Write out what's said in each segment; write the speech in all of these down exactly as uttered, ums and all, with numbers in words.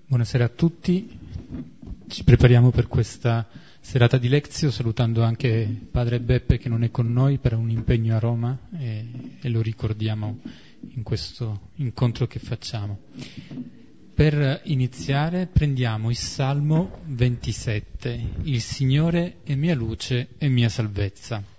Buonasera a tutti, ci prepariamo per questa serata di Lezio salutando anche Padre Beppe che non è con noi per un impegno a Roma e, e lo ricordiamo in questo incontro che facciamo. Per iniziare prendiamo il Salmo ventisette, il Signore è mia luce e mia salvezza.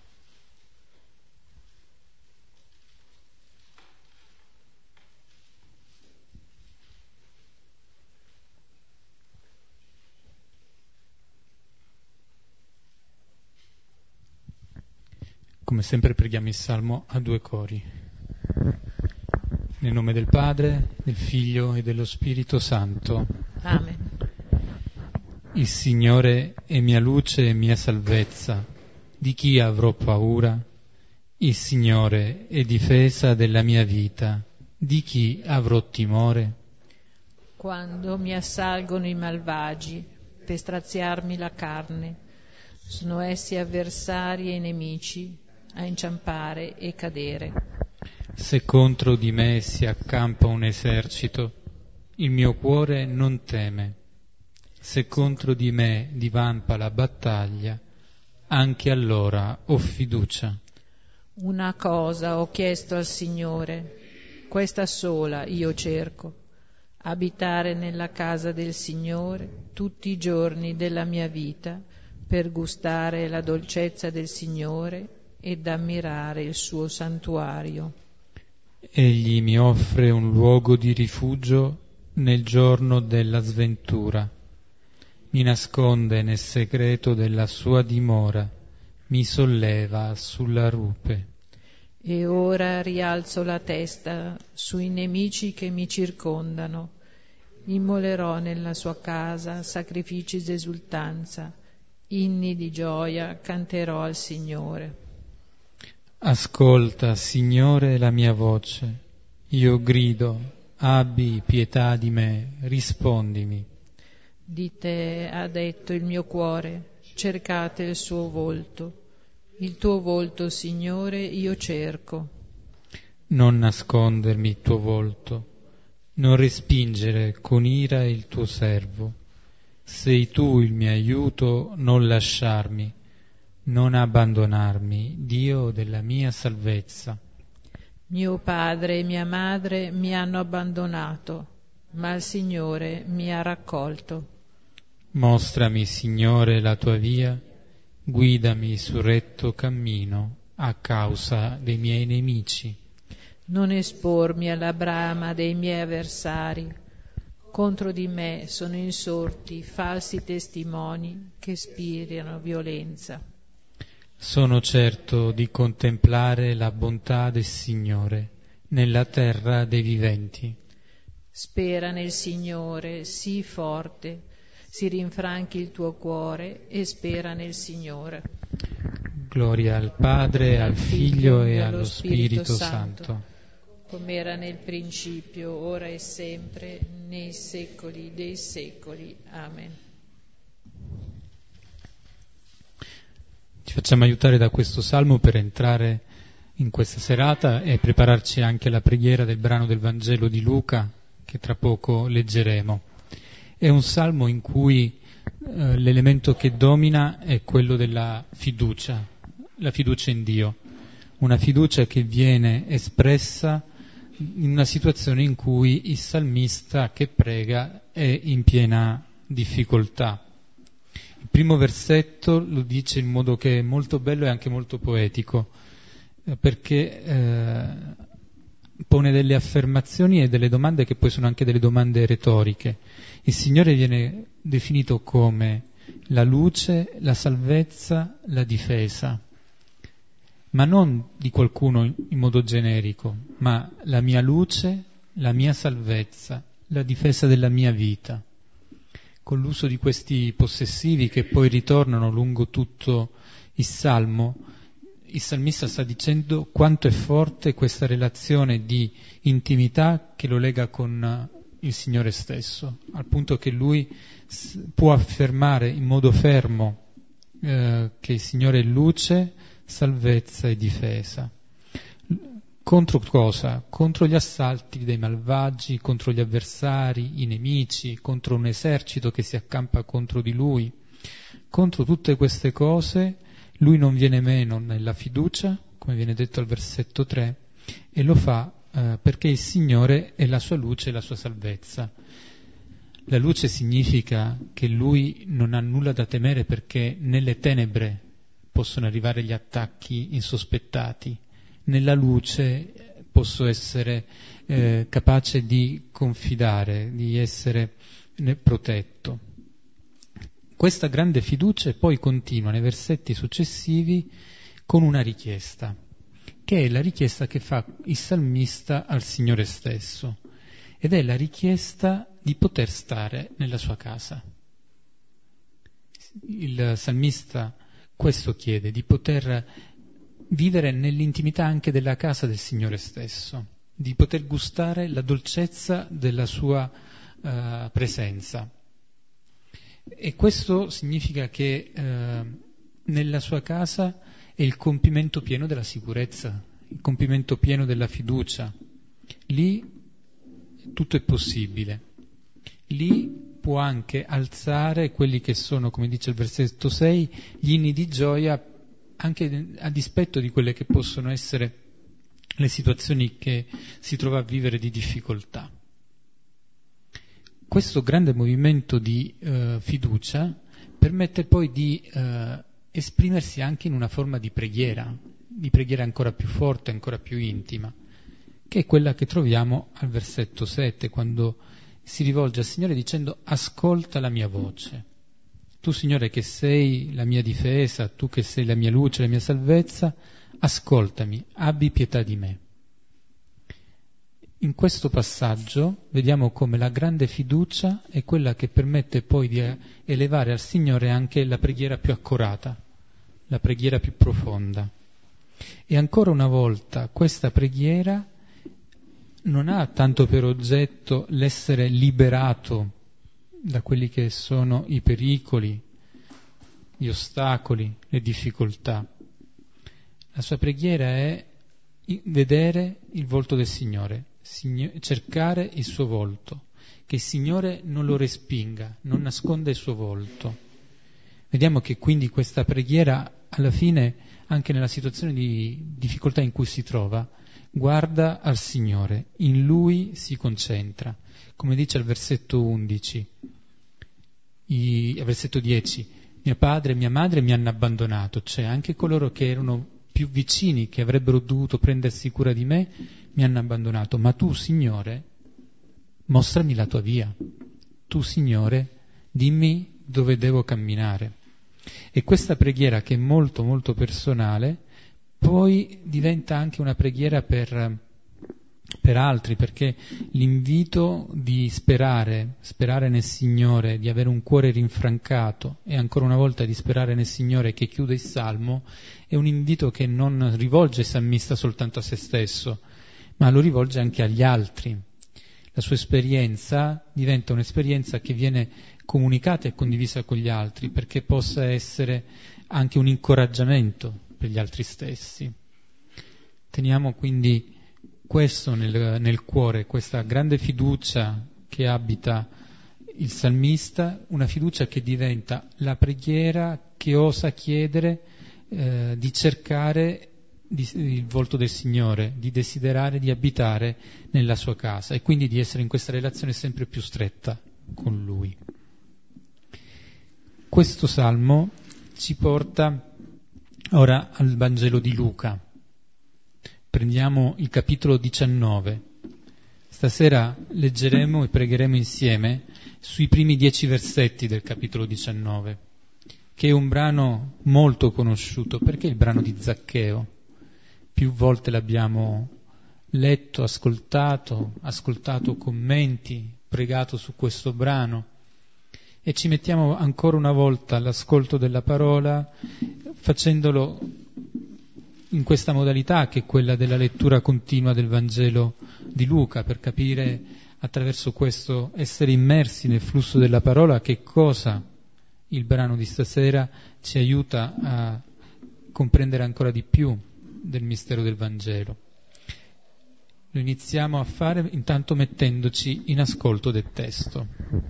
Come sempre preghiamo il Salmo a due cori. Nel nome del Padre, del Figlio e dello Spirito Santo. Amen. Il Signore è mia luce e mia salvezza. Di chi avrò paura? Il Signore è difesa della mia vita. Di chi avrò timore? Quando mi assalgono i malvagi per straziarmi la carne, sono essi avversari e nemici a inciampare e cadere. Se contro di me si accampa un esercito, il mio cuore non teme. Se contro di me divampa la battaglia, anche allora ho fiducia. Una cosa ho chiesto al Signore, questa sola io cerco, abitare nella casa del Signore tutti i giorni della mia vita, per gustare la dolcezza del Signore ed ammirare il suo santuario. Egli mi offre un luogo di rifugio nel giorno della sventura. Mi nasconde nel segreto della sua dimora, mi solleva sulla rupe. E ora rialzo la testa sui nemici che mi circondano. Immolerò nella sua casa sacrifici d'esultanza, inni di gioia canterò al Signore. Ascolta, Signore, la mia voce. Io grido, abbi pietà di me, rispondimi. Di te ha detto il mio cuore, cercate il suo volto. Il tuo volto, Signore, io cerco. Non nascondermi il tuo volto, non respingere con ira il tuo servo. Sei tu il mio aiuto, non lasciarmi. Non abbandonarmi, Dio della mia salvezza. Mio padre e mia madre mi hanno abbandonato, ma il Signore mi ha raccolto. Mostrami, Signore, la tua via, guidami sul retto cammino a causa dei miei nemici. Non espormi alla brama dei miei avversari. Contro di me sono insorti falsi testimoni che spirano violenza. Sono certo di contemplare la bontà del Signore nella terra dei viventi. Spera nel Signore, sii forte, si rinfranchi il tuo cuore e spera nel Signore. Gloria al Padre, al Figlio e allo Spirito Santo, come era nel principio, ora e sempre, nei secoli dei secoli. Amen. Ci facciamo aiutare da questo salmo per entrare in questa serata e prepararci anche alla preghiera del brano del Vangelo di Luca, che tra poco leggeremo. È un salmo in cui eh, l'elemento che domina è quello della fiducia, la fiducia in Dio, una fiducia che viene espressa in una situazione in cui il salmista che prega è in piena difficoltà. Il primo versetto lo dice in modo che è molto bello e anche molto poetico, eh, perché eh, pone delle affermazioni e delle domande che poi sono anche delle domande retoriche. Il Signore viene definito come la luce, la salvezza, la difesa, ma non di qualcuno in modo generico, ma la mia luce, la mia salvezza, la difesa della mia vita. Con l'uso di questi possessivi che poi ritornano lungo tutto il Salmo, il salmista sta dicendo quanto è forte questa relazione di intimità che lo lega con il Signore stesso, al punto che lui può affermare in modo fermo eh, che il Signore è luce, salvezza e difesa. Contro cosa? Contro gli assalti dei malvagi, contro gli avversari, i nemici, contro un esercito che si accampa contro di lui. Contro tutte queste cose lui non viene meno nella fiducia, come viene detto al versetto tre, e lo fa eh, perché il Signore è la sua luce e la sua salvezza. La luce significa che lui non ha nulla da temere perché nelle tenebre possono arrivare gli attacchi insospettati. Nella luce posso essere eh, capace di confidare, di essere protetto. Questa grande fiducia poi continua nei versetti successivi con una richiesta, che è la richiesta che fa il salmista al Signore stesso, ed è la richiesta di poter stare nella sua casa. Il salmista questo chiede, di poter vivere nell'intimità anche della casa del Signore stesso, di poter gustare la dolcezza della sua uh, presenza. E questo significa che uh, nella sua casa è il compimento pieno della sicurezza, il compimento pieno della fiducia. Lì tutto è possibile. Lì può anche alzare quelli che sono, come dice il versetto sei, gli inni di gioia anche a dispetto di quelle che possono essere le situazioni che si trova a vivere di difficoltà. Questo grande movimento di eh, fiducia permette poi di eh, esprimersi anche in una forma di preghiera, di preghiera ancora più forte, ancora più intima, che è quella che troviamo al versetto sette, quando si rivolge al Signore dicendo: ascolta la mia voce. Tu, Signore, che sei la mia difesa, tu che sei la mia luce, la mia salvezza, ascoltami, abbi pietà di me. In questo passaggio vediamo come la grande fiducia è quella che permette poi di elevare al Signore anche la preghiera più accorata, la preghiera più profonda. E ancora una volta questa preghiera non ha tanto per oggetto l'essere liberato da quelli che sono i pericoli, gli ostacoli, le difficoltà. La sua preghiera è vedere il volto del Signore, cercare il suo volto, che il Signore non lo respinga, non nasconda il suo volto. Vediamo che quindi questa preghiera, alla fine, anche nella situazione di difficoltà in cui si trova, guarda al Signore, in Lui si concentra. Come dice al versetto undici, i, al versetto dieci, mio padre e mia madre mi hanno abbandonato, cioè anche coloro che erano più vicini, che avrebbero dovuto prendersi cura di me, mi hanno abbandonato, ma tu, Signore, mostrami la tua via. Tu, Signore, dimmi dove devo camminare. E questa preghiera, che è molto molto personale, poi diventa anche una preghiera per, per altri, perché l'invito di sperare, sperare nel Signore, di avere un cuore rinfrancato e ancora una volta di sperare nel Signore che chiude il Salmo, è un invito che non rivolge il salmista soltanto a se stesso, ma lo rivolge anche agli altri. La sua esperienza diventa un'esperienza che viene comunicata e condivisa con gli altri, perché possa essere anche un incoraggiamento per gli altri stessi. Teniamo quindi questo nel, nel cuore, questa grande fiducia che abita il salmista, una fiducia che diventa la preghiera che osa chiedere eh, di cercare di, il volto del Signore, di desiderare di abitare nella sua casa e quindi di essere in questa relazione sempre più stretta con Lui. Questo salmo ci porta ora al Vangelo di Luca. Prendiamo il capitolo diciannove. Stasera leggeremo e pregheremo insieme sui primi dieci versetti del capitolo diciannove, che è un brano molto conosciuto. Perché il brano di Zaccheo? Più volte l'abbiamo letto, ascoltato, ascoltato commenti, pregato su questo brano. E ci mettiamo ancora una volta all'ascolto della parola, facendolo in questa modalità che è quella della lettura continua del Vangelo di Luca, per capire attraverso questo, essere immersi nel flusso della parola, che cosa il brano di stasera ci aiuta a comprendere ancora di più del mistero del Vangelo. Lo iniziamo a fare intanto mettendoci in ascolto del testo.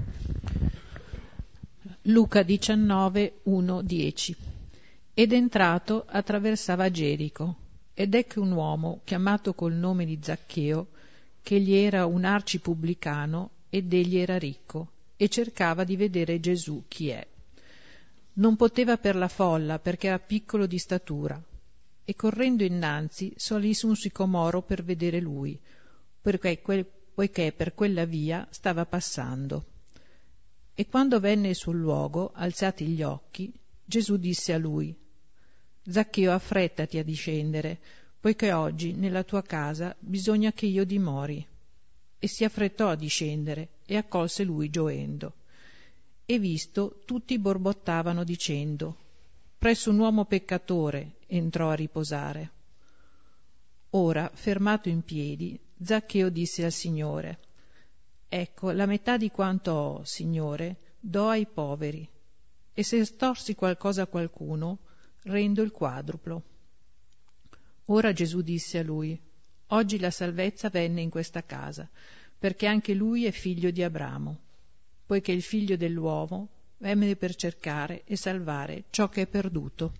Luca diciannove, uno dieci. Ed entrato attraversava Gerico, ed ecco un uomo chiamato col nome di Zaccheo, che egli era un arcipubblicano ed egli era ricco, e cercava di vedere Gesù chi è. Non poteva per la folla, perché era piccolo di statura, e correndo innanzi salì su un sicomoro per vedere lui, perché quel, poiché per quella via stava passando. E quando venne sul luogo, alzati gli occhi, Gesù disse a lui: Zaccheo, affrettati a discendere, poiché oggi nella tua casa bisogna che io dimori. E si affrettò a discendere e accolse lui gioendo. E visto, tutti borbottavano dicendo: presso un uomo peccatore entrò a riposare. Ora, fermato in piedi, Zaccheo disse al Signore: ecco, la metà di quanto ho, Signore, do ai poveri, e se storsi qualcosa a qualcuno, rendo il quadruplo. Ora Gesù disse a lui: oggi la salvezza venne in questa casa, perché anche lui è figlio di Abramo, poiché il figlio dell'uomo venne per cercare e salvare ciò che è perduto.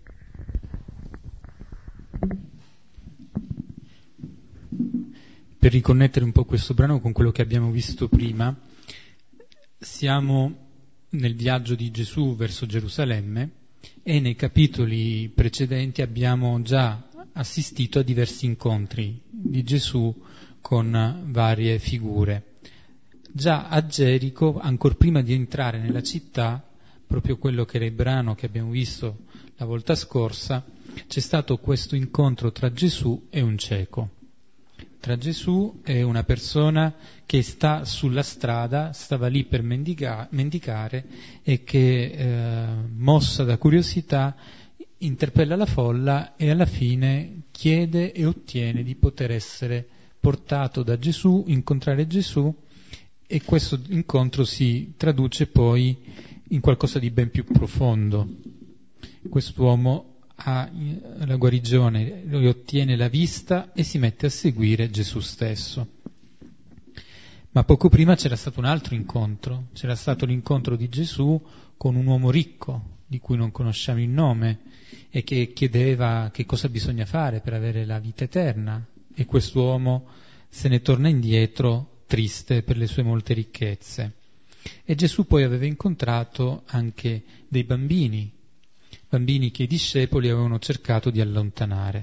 Per riconnettere un po' questo brano con quello che abbiamo visto prima, siamo nel viaggio di Gesù verso Gerusalemme e nei capitoli precedenti abbiamo già assistito a diversi incontri di Gesù con varie figure. Già a Gerico, ancor prima di entrare nella città, proprio quello che era il brano che abbiamo visto la volta scorsa, c'è stato questo incontro tra Gesù e un cieco. Tra Gesù e una persona che sta sulla strada, stava lì per mendica- mendicare e che, eh, mossa da curiosità, interpella la folla e alla fine chiede e ottiene di poter essere portato da Gesù, incontrare Gesù, e questo incontro si traduce poi in qualcosa di ben più profondo. Quest'uomo ha la guarigione, lui ottiene la vista e si mette a seguire Gesù stesso. Ma poco prima c'era stato un altro incontro, c'era stato l'incontro di Gesù con un uomo ricco, di cui non conosciamo il nome, e che chiedeva che cosa bisogna fare per avere la vita eterna, e quest'uomo se ne torna indietro triste per le sue molte ricchezze. E Gesù poi aveva incontrato anche dei bambini, bambini che i discepoli avevano cercato di allontanare.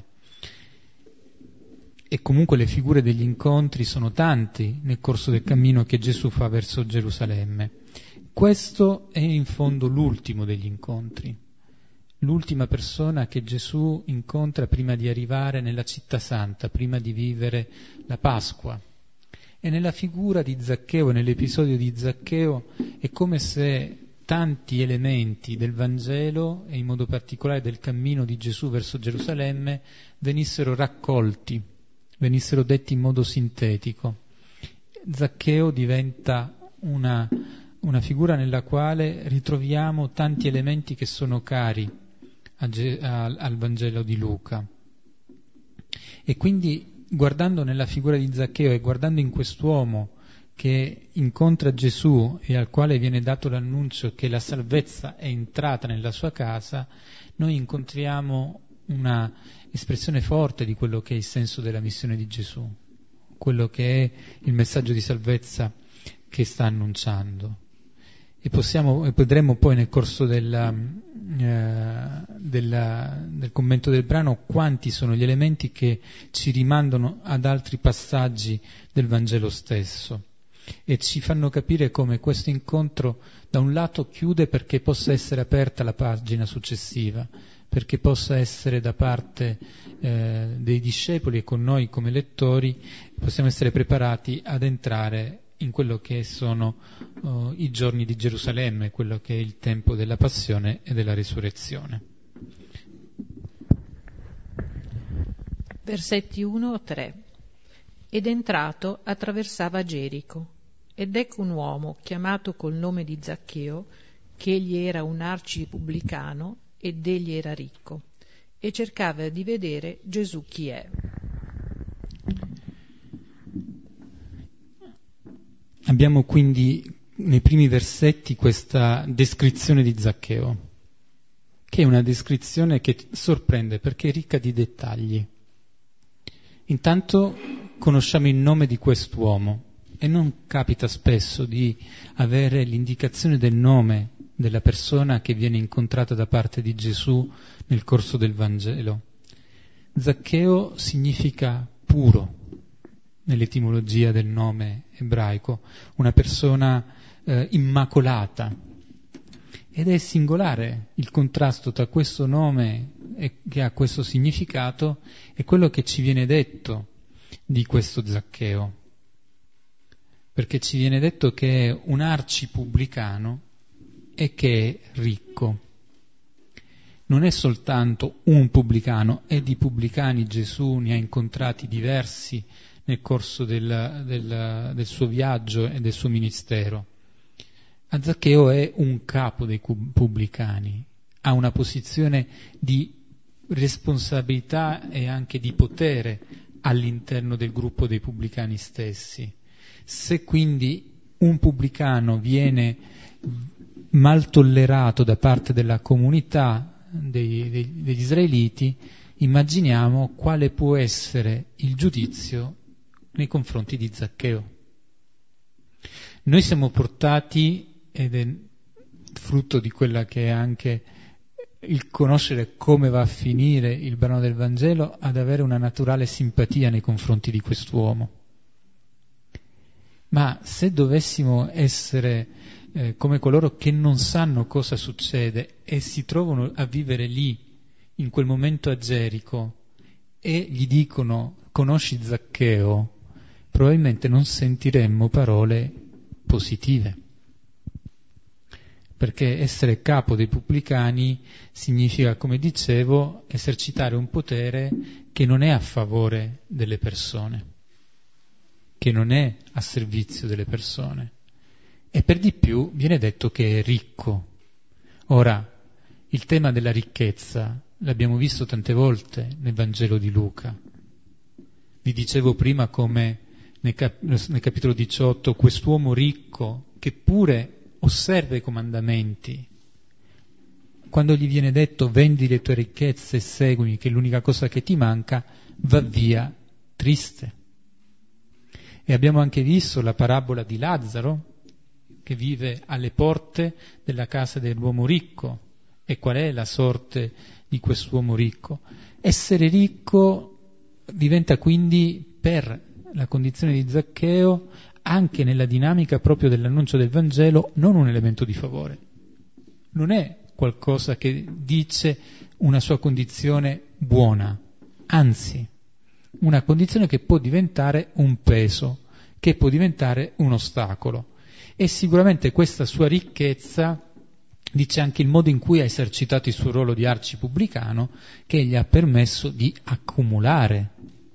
E comunque le figure degli incontri sono tanti nel corso del cammino che Gesù fa verso Gerusalemme. Questo è in fondo l'ultimo degli incontri, l'ultima persona che Gesù incontra prima di arrivare nella città santa, prima di vivere la Pasqua. E nella figura di Zaccheo, nell'episodio di Zaccheo, è come se tanti elementi del Vangelo, e in modo particolare del cammino di Gesù verso Gerusalemme, venissero raccolti, venissero detti in modo sintetico. Zaccheo diventa una, una figura nella quale ritroviamo tanti elementi che sono cari a, a, al Vangelo di Luca. E quindi, guardando nella figura di Zaccheo e guardando in quest'uomo che incontra Gesù e al quale viene dato l'annuncio che la salvezza è entrata nella sua casa, noi incontriamo una espressione forte di quello che è il senso della missione di Gesù, quello che è il messaggio di salvezza che sta annunciando. E possiamo, e vedremo poi nel corso della, eh, della, del commento del brano quanti sono gli elementi che ci rimandano ad altri passaggi del Vangelo stesso e ci fanno capire come questo incontro da un lato chiude perché possa essere aperta la pagina successiva, perché possa essere da parte eh, dei discepoli e con noi come lettori possiamo essere preparati ad entrare in quello che sono uh, i giorni di Gerusalemme, quello che è il tempo della passione e della risurrezione. Versetti uno a tre. Ed entrato attraversava Gerico, ed ecco un uomo chiamato col nome di Zaccheo, che egli era un arcipubblicano ed egli era ricco, e cercava di vedere Gesù chi è. abbiamo quindi nei primi versetti questa descrizione di Zaccheo, che è una descrizione che sorprende perché è ricca di dettagli. Intanto conosciamo il nome di quest'uomo e non capita spesso di avere l'indicazione del nome della persona che viene incontrata da parte di Gesù nel corso del Vangelo. Zaccheo significa puro nell'etimologia del nome ebraico, una persona eh, immacolata. Ed è singolare il contrasto tra questo nome e, che ha questo significato e quello che ci viene detto di questo Zaccheo. Perché ci viene detto che è un arcipubblicano e che è ricco. Non è soltanto un pubblicano, e di pubblicani Gesù ne ha incontrati diversi nel corso del, del, del suo viaggio e del suo ministero. A Zaccheo è un capo dei pubblicani, ha una posizione di responsabilità e anche di potere all'interno del gruppo dei pubblicani stessi. Se quindi un pubblicano viene mal tollerato da parte della comunità dei, dei, degli israeliti, immaginiamo quale può essere il giudizio nei confronti di Zaccheo. Noi siamo portati, ed è frutto di quella che è anche il conoscere come va a finire il brano del Vangelo, ad avere una naturale simpatia nei confronti di quest'uomo. Ma se dovessimo essere eh, come coloro che non sanno cosa succede e si trovano a vivere lì, in quel momento a Gerico, e gli dicono conosci Zaccheo, probabilmente non sentiremmo parole positive. Perché essere capo dei pubblicani significa, come dicevo, esercitare un potere che non è a favore delle persone, che non è a servizio delle persone. E per di più viene detto che è ricco. Ora, il tema della ricchezza l'abbiamo visto tante volte nel Vangelo di Luca. Vi dicevo prima come nel, cap- nel capitolo diciotto quest'uomo ricco che pure osserva i comandamenti, quando gli viene detto vendi le tue ricchezze e seguimi, che è l'unica cosa che ti manca, va via triste. E abbiamo anche visto la parabola di Lazzaro, che vive alle porte della casa dell'uomo ricco. E qual è la sorte di quest'uomo ricco? Essere ricco diventa quindi, per la condizione di Zaccheo, anche nella dinamica proprio dell'annuncio del Vangelo, non un elemento di favore. Non è qualcosa che dice una sua condizione buona, anzi, una condizione che può diventare un peso, che può diventare un ostacolo. E sicuramente questa sua ricchezza dice anche il modo in cui ha esercitato il suo ruolo di arcipubblicano, che gli ha permesso di accumulare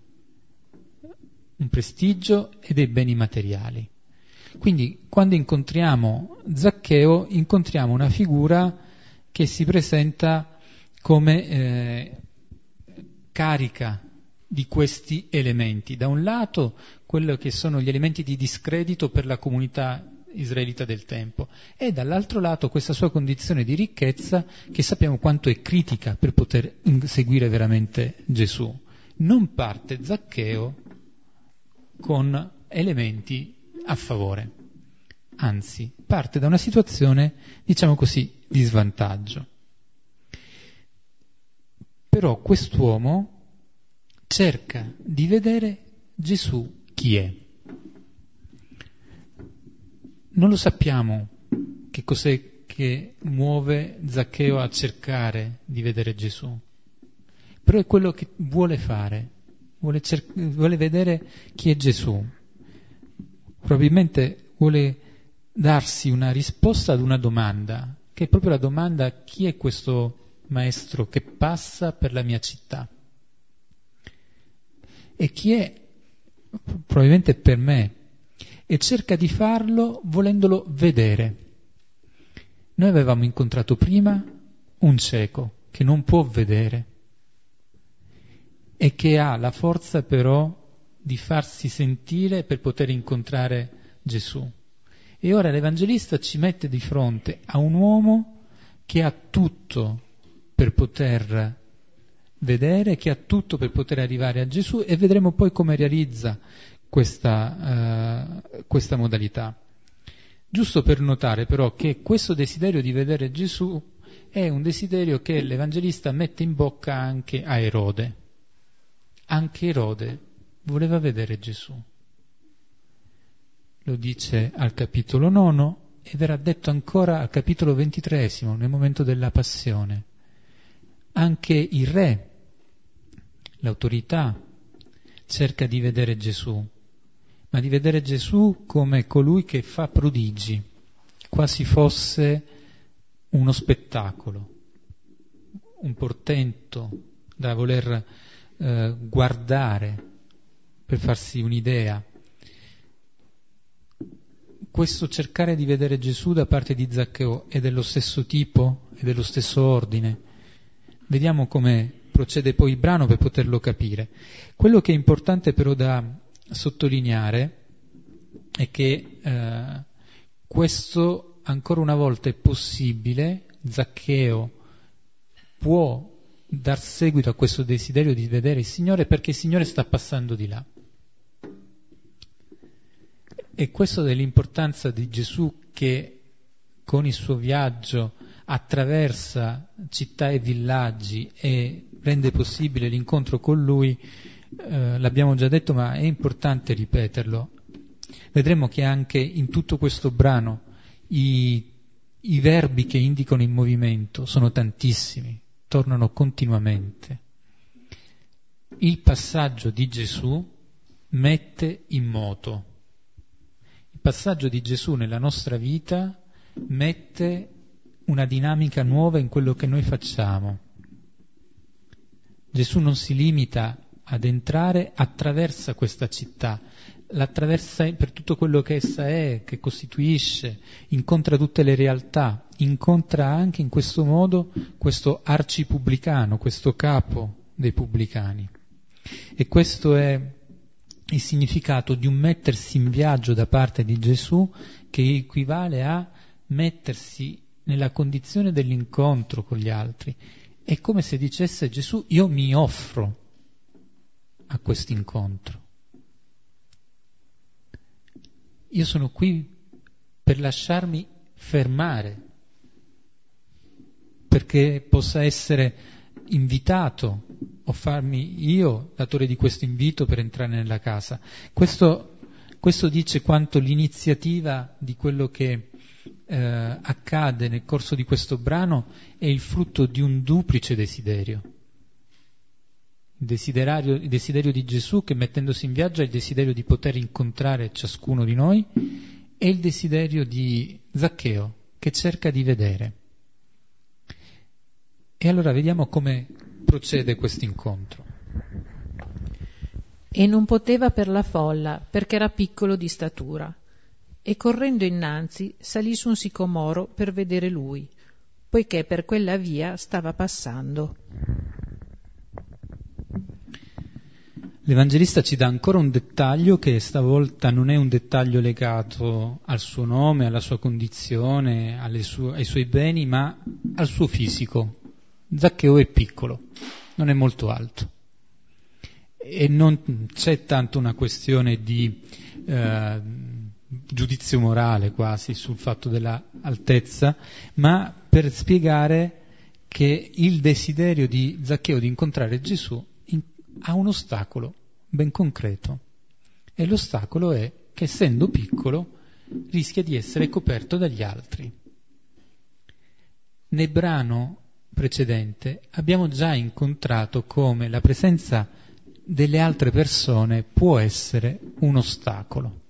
un prestigio e dei beni materiali. Quindi quando incontriamo Zaccheo incontriamo una figura che si presenta come eh, carica di questi elementi. Da un lato quello che sono gli elementi di discredito per la comunità israelita del tempo, e dall'altro lato questa sua condizione di ricchezza che sappiamo quanto è critica per poter seguire veramente Gesù. Non parte Zaccheo con elementi a favore, anzi parte da una situazione, diciamo così, di svantaggio. Però quest'uomo cerca di vedere Gesù chi è. Non lo sappiamo che cos'è che muove Zaccheo a cercare di vedere Gesù, però è quello che vuole fare. Vuole, cer- vuole vedere chi è Gesù. Probabilmente vuole darsi una risposta ad una domanda, che è proprio la domanda: chi è questo maestro che passa per la mia città? E chi è probabilmente per me? E cerca di farlo volendolo vedere. Noi avevamo incontrato prima un cieco che non può vedere e che ha la forza però di farsi sentire per poter incontrare Gesù. E ora l'Evangelista ci mette di fronte a un uomo che ha tutto per poter vedere, che ha tutto per poter arrivare a Gesù, e vedremo poi come realizza questa, uh, questa modalità. Giusto per notare però che questo desiderio di vedere Gesù è un desiderio che l'Evangelista mette in bocca anche a Erode. Anche Erode voleva vedere Gesù. Lo dice al capitolo nono e verrà detto ancora al capitolo ventitreesimo, nel momento della passione. Anche il re, l'autorità, cerca di vedere Gesù, ma di vedere Gesù come colui che fa prodigi, quasi fosse uno spettacolo, un portento da voler eh, guardare per farsi un'idea. Questo cercare di vedere Gesù da parte di Zaccheo è dello stesso tipo, è dello stesso ordine. Vediamo come procede poi il brano per poterlo capire. Quello che è importante però da sottolineare è che eh, questo ancora una volta è possibile. Zaccheo può dar seguito a questo desiderio di vedere il Signore perché il Signore sta passando di là. E questo dell'importanza di Gesù che con il suo viaggio attraversa città e villaggi e rende possibile l'incontro con Lui, eh, l'abbiamo già detto, ma è importante ripeterlo. Vedremo che anche in tutto questo brano i, i verbi che indicano il movimento sono tantissimi, tornano continuamente. Il passaggio di Gesù mette in moto. Il passaggio di Gesù nella nostra vita mette una dinamica nuova in quello che noi facciamo. Gesù non si limita ad entrare, attraversa questa città, l'attraversa per tutto quello che essa è, che costituisce, incontra tutte le realtà, incontra anche in questo modo questo arcipubblicano, questo capo dei pubblicani. E questo è il significato di un mettersi in viaggio da parte di Gesù, che equivale a mettersi nella condizione dell'incontro con gli altri. È come se dicesse Gesù: io mi offro a questo incontro. Io sono qui per lasciarmi fermare, perché possa essere invitato o farmi io datore di questo invito per entrare nella casa. Questo, questo dice quanto l'iniziativa di quello che eh, accade nel corso di questo brano è il frutto di un duplice desiderio. Il desiderio, il desiderio di Gesù che, mettendosi in viaggio, ha il desiderio di poter incontrare ciascuno di noi, e il desiderio di Zaccheo che cerca di vedere. E allora vediamo come procede questo incontro. E non poteva per la folla, perché era piccolo di statura, e correndo innanzi salì su un sicomoro per vedere lui, poiché per quella via stava passando. L'Evangelista ci dà ancora un dettaglio che stavolta non è un dettaglio legato al suo nome, alla sua condizione, alle sue, ai suoi beni, ma al suo fisico. Zaccheo è piccolo, non è molto alto, e non c'è tanto una questione di eh, giudizio morale quasi sul fatto della altezza, ma per spiegare che il desiderio di Zaccheo di incontrare Gesù in, ha un ostacolo ben concreto, e l'ostacolo è che, essendo piccolo, rischia di essere coperto dagli altri. Nel brano precedente abbiamo già incontrato come la presenza delle altre persone può essere un ostacolo.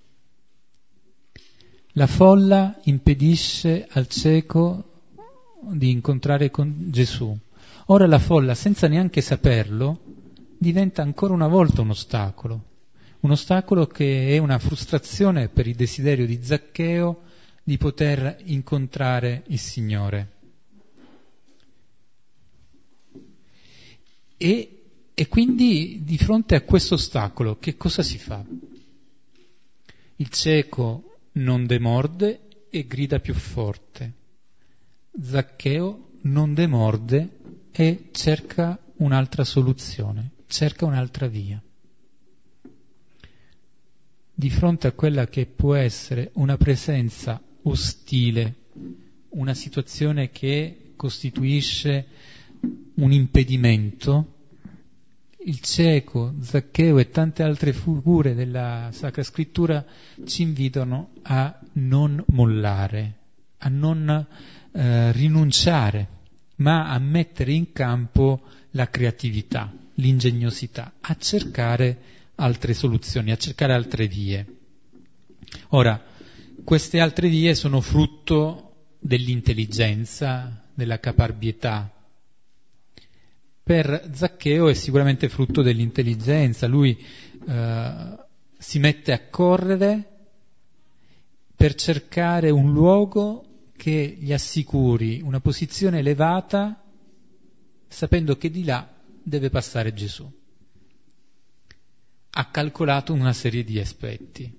La folla impedisce al cieco di incontrare con Gesù. Ora la folla, senza neanche saperlo, diventa ancora una volta un ostacolo, un ostacolo che è una frustrazione per il desiderio di Zaccheo di poter incontrare il Signore. E, e quindi di fronte a questo ostacolo che cosa si fa? Il cieco non demorde e grida più forte. Zaccheo non demorde e cerca un'altra soluzione, cerca un'altra via. Di fronte a quella che può essere una presenza ostile, una situazione che costituisce un impedimento, il cieco, Zaccheo e tante altre figure della Sacra Scrittura ci invitano a non mollare, a non eh, rinunciare, ma a mettere in campo la creatività, l'ingegnosità, a cercare altre soluzioni, a cercare altre vie. Ora, queste altre vie sono frutto dell'intelligenza, della caparbietà. Per Zaccheo è sicuramente frutto dell'intelligenza, lui eh, si mette a correre per cercare un luogo che gli assicuri una posizione elevata, sapendo che di là deve passare Gesù. Ha calcolato una serie di aspetti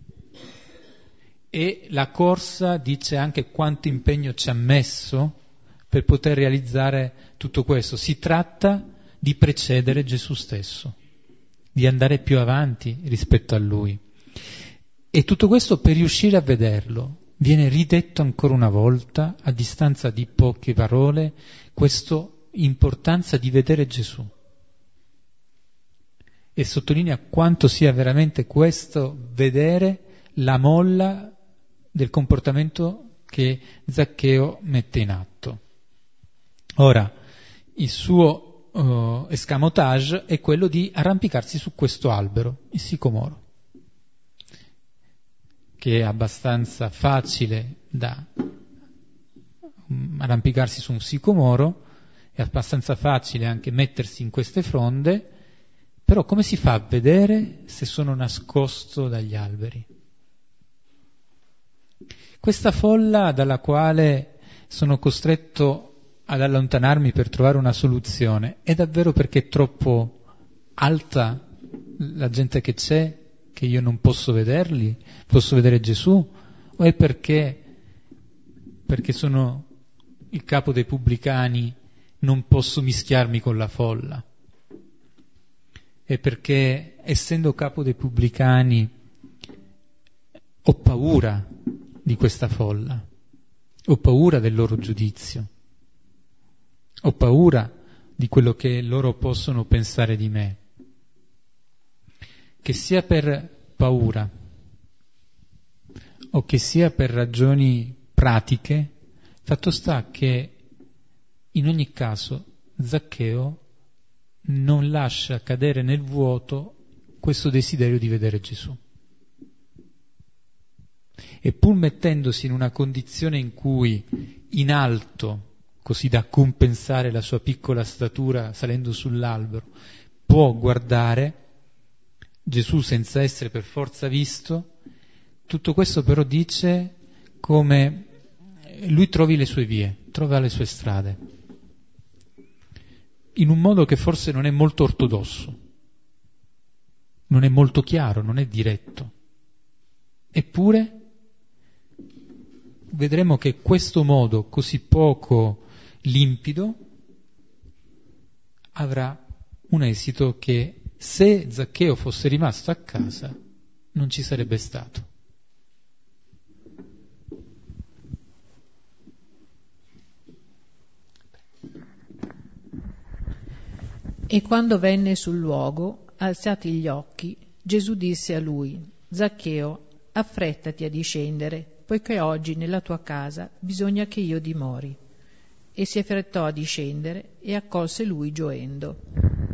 e la corsa dice anche quanto impegno ci ha messo per poter realizzare tutto questo. Si tratta di precedere Gesù stesso, di andare più avanti rispetto a Lui. E tutto questo, per riuscire a vederlo, viene ridetto ancora una volta, a distanza di poche parole, questa importanza di vedere Gesù. E sottolinea quanto sia veramente questo vedere la molla del comportamento che Zaccheo mette in atto. Ora, il suo uh, escamotage è quello di arrampicarsi su questo albero, il sicomoro, che è abbastanza facile da um, arrampicarsi su un sicomoro, è abbastanza facile anche mettersi in queste fronde, però come si fa a vedere se sono nascosto dagli alberi? Questa folla dalla quale sono costretto ad allontanarmi per trovare una soluzione è davvero perché è troppo alta la gente che c'è, che io non posso vederli, posso vedere Gesù, o è perché, perché sono il capo dei pubblicani, non posso mischiarmi con la folla? È perché, essendo capo dei pubblicani, ho paura di questa folla, ho paura del loro giudizio, ho paura di quello che loro possono pensare di me. Che sia per paura o che sia per ragioni pratiche, fatto sta che in ogni caso Zaccheo non lascia cadere nel vuoto questo desiderio di vedere Gesù. E pur mettendosi in una condizione in cui in alto, così da compensare la sua piccola statura salendo sull'albero, può guardare Gesù senza essere per forza visto, tutto questo però dice come lui trovi le sue vie, trova le sue strade, in un modo che forse non è molto ortodosso, non è molto chiaro, non è diretto. Eppure vedremo che questo modo così poco limpido avrà un esito che, se Zaccheo fosse rimasto a casa, non ci sarebbe stato. E quando venne sul luogo, alzati gli occhi, Gesù disse a lui: Zaccheo, affrettati a discendere, poiché oggi nella tua casa bisogna che io dimori. E si affrettò a discendere e accolse lui gioendo.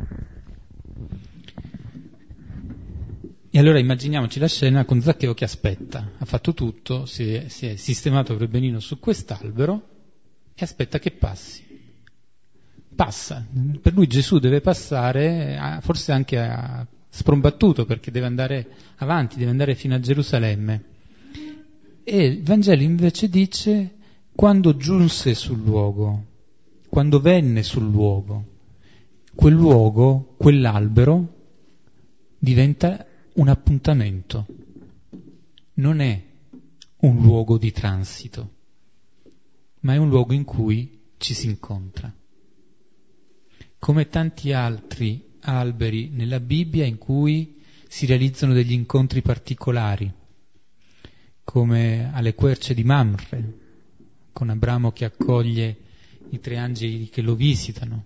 E allora immaginiamoci la scena con Zaccheo che aspetta, ha fatto tutto, si è, si è sistemato per benino su quest'albero e aspetta che passi. Passa, per lui Gesù deve passare, forse anche a sprombattuto, perché deve andare avanti, deve andare fino a Gerusalemme. E il Vangelo invece dice: quando giunse sul luogo, quando venne sul luogo, quel luogo, quell'albero, diventa un appuntamento. Non è un luogo di transito, ma è un luogo in cui ci si incontra. Come tanti altri alberi nella Bibbia in cui si realizzano degli incontri particolari, come alle querce di Mamre, con Abramo che accoglie i tre angeli che lo visitano.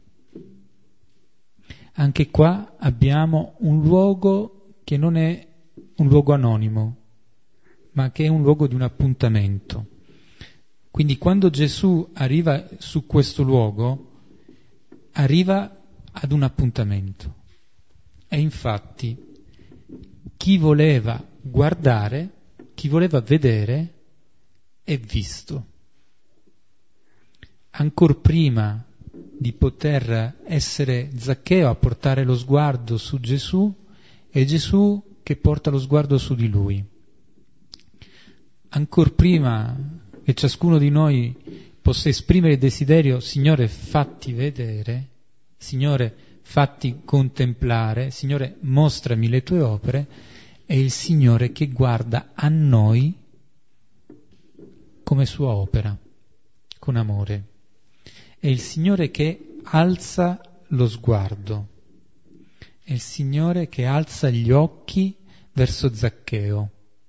Anche qua abbiamo un luogo che non è un luogo anonimo, ma che è un luogo di un appuntamento. Quindi quando Gesù arriva su questo luogo, arriva ad un appuntamento. E infatti chi voleva guardare, chi voleva vedere, è visto. Ancor prima di poter essere Zaccheo a portare lo sguardo su Gesù, è Gesù che porta lo sguardo su di lui. Ancor prima che ciascuno di noi possa esprimere il desiderio, Signore, fatti vedere, Signore, fatti contemplare, Signore, mostrami le tue opere, è il Signore che guarda a noi come sua opera, con amore. È il Signore che alza lo sguardo, è il Signore che alza gli occhi verso Zaccheo.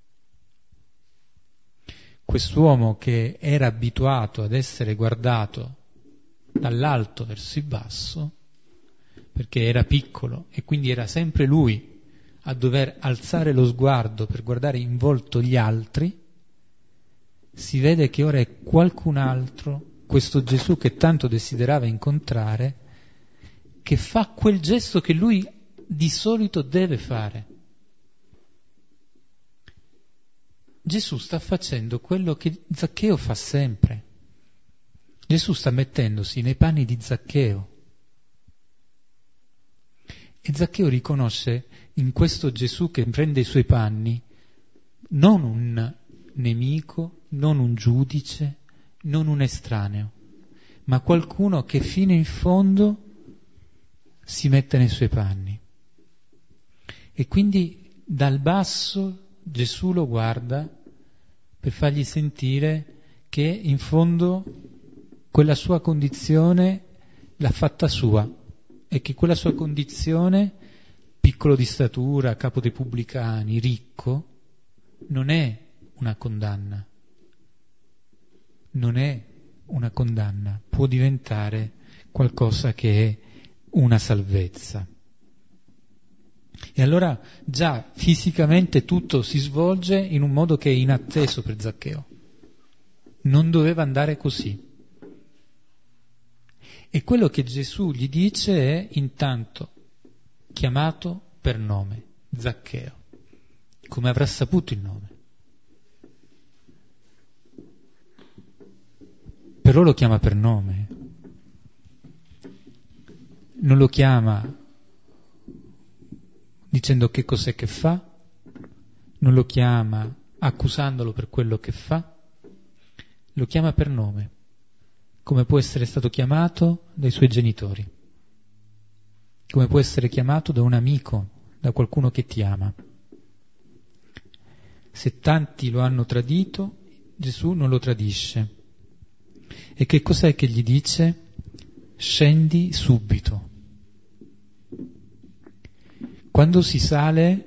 Quest'uomo che era abituato ad essere guardato dall'alto verso il basso, perché era piccolo e quindi era sempre lui a dover alzare lo sguardo per guardare in volto gli altri, si vede che ora è qualcun altro, questo Gesù che tanto desiderava incontrare, che fa quel gesto che lui di solito deve fare. Gesù sta facendo quello che Zaccheo fa sempre. Gesù sta mettendosi nei panni di Zaccheo. E Zaccheo riconosce in questo Gesù che prende i suoi panni non un nemico, non un giudice, non un estraneo, ma qualcuno che fino in fondo si mette nei suoi panni. E quindi dal basso Gesù lo guarda per fargli sentire che in fondo quella sua condizione l'ha fatta sua e che quella sua condizione, piccolo di statura, capo dei pubblicani, ricco, non è una condanna. Non è una condanna, può diventare qualcosa che è una salvezza. E allora già fisicamente tutto si svolge in un modo che è inatteso per Zaccheo. Non doveva andare così. E quello che Gesù gli dice è intanto chiamato per nome, Zaccheo. Come avrà saputo il nome? Però lo chiama per nome. Non lo chiama dicendo che cos'è che fa, non lo chiama accusandolo per quello che fa, lo chiama per nome, come può essere stato chiamato dai suoi genitori, come può essere chiamato da un amico, da qualcuno che ti ama. Se tanti lo hanno tradito, Gesù non lo tradisce. E che cos'è che gli dice? Scendi subito. Quando si sale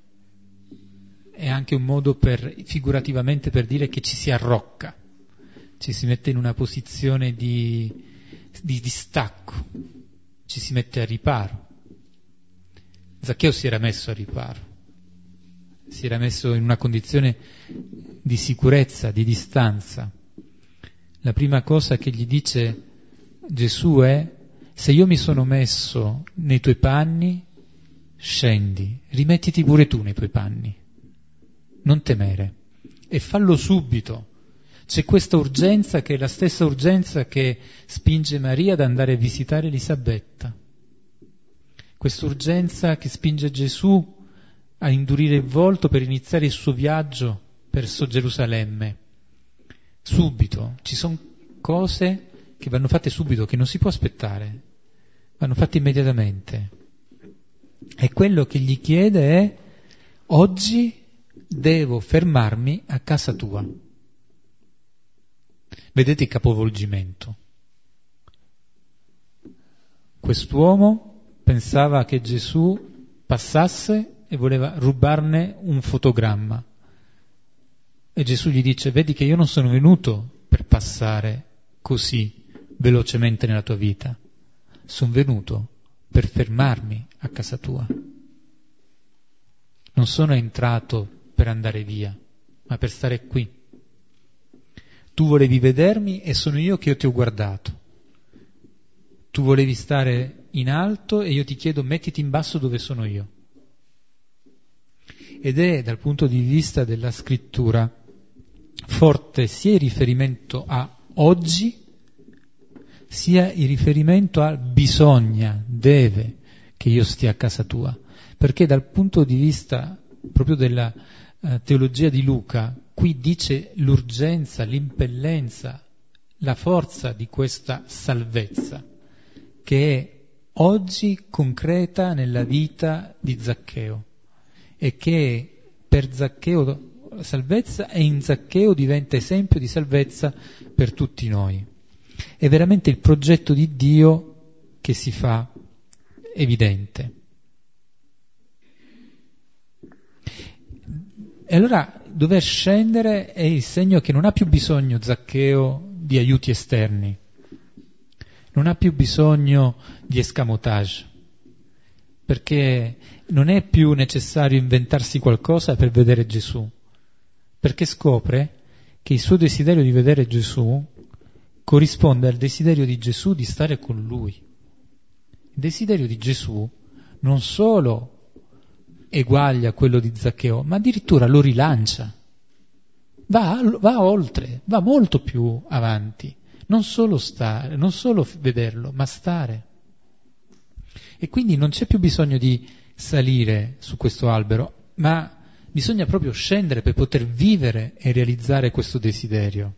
è anche un modo per, figurativamente, per dire che ci si arrocca, ci si mette in una posizione di, di distacco, ci si mette a riparo. Zaccheo si era messo a riparo, si era messo in una condizione di sicurezza, di distanza. La prima cosa che gli dice Gesù è: se io mi sono messo nei tuoi panni, scendi, rimettiti pure tu nei tuoi panni, non temere, e fallo subito. C'è questa urgenza che è la stessa urgenza che spinge Maria ad andare a visitare Elisabetta, questa urgenza che spinge Gesù a indurire il volto per iniziare il suo viaggio verso Gerusalemme. Subito, ci sono cose che vanno fatte subito, che non si può aspettare, vanno fatte immediatamente. E quello che gli chiede è: oggi devo fermarmi a casa tua. Vedete il capovolgimento. Quest'uomo pensava che Gesù passasse e voleva rubarne un fotogramma. E Gesù gli dice: vedi che io non sono venuto per passare così velocemente nella tua vita. Sono venuto per fermarmi a casa tua. Non sono entrato per andare via, ma per stare qui. Tu volevi vedermi e sono io che io ti ho guardato. Tu volevi stare in alto e io ti chiedo mettiti in basso dove sono io. Ed è dal punto di vista della scrittura forte sia il riferimento a oggi, sia il riferimento a bisogna, deve che io stia a casa tua. Perché dal punto di vista proprio della uh, teologia di Luca, qui dice l'urgenza, l'impellenza, la forza di questa salvezza, che è oggi concreta nella vita di Zaccheo e che per Zaccheo salvezza e in Zaccheo diventa esempio di salvezza per tutti noi. È veramente il progetto di Dio che si fa evidente. E allora dover scendere è il segno che non ha più bisogno Zaccheo di aiuti esterni, non ha più bisogno di escamotage, perché non è più necessario inventarsi qualcosa per vedere Gesù, perché scopre che il suo desiderio di vedere Gesù corrisponde al desiderio di Gesù di stare con lui. Il desiderio di Gesù non solo eguaglia quello di Zaccheo, ma addirittura lo rilancia, va, va oltre, va molto più avanti, non solo stare, non solo vederlo, ma stare. E quindi non c'è più bisogno di salire su questo albero, ma bisogna proprio scendere per poter vivere e realizzare questo desiderio.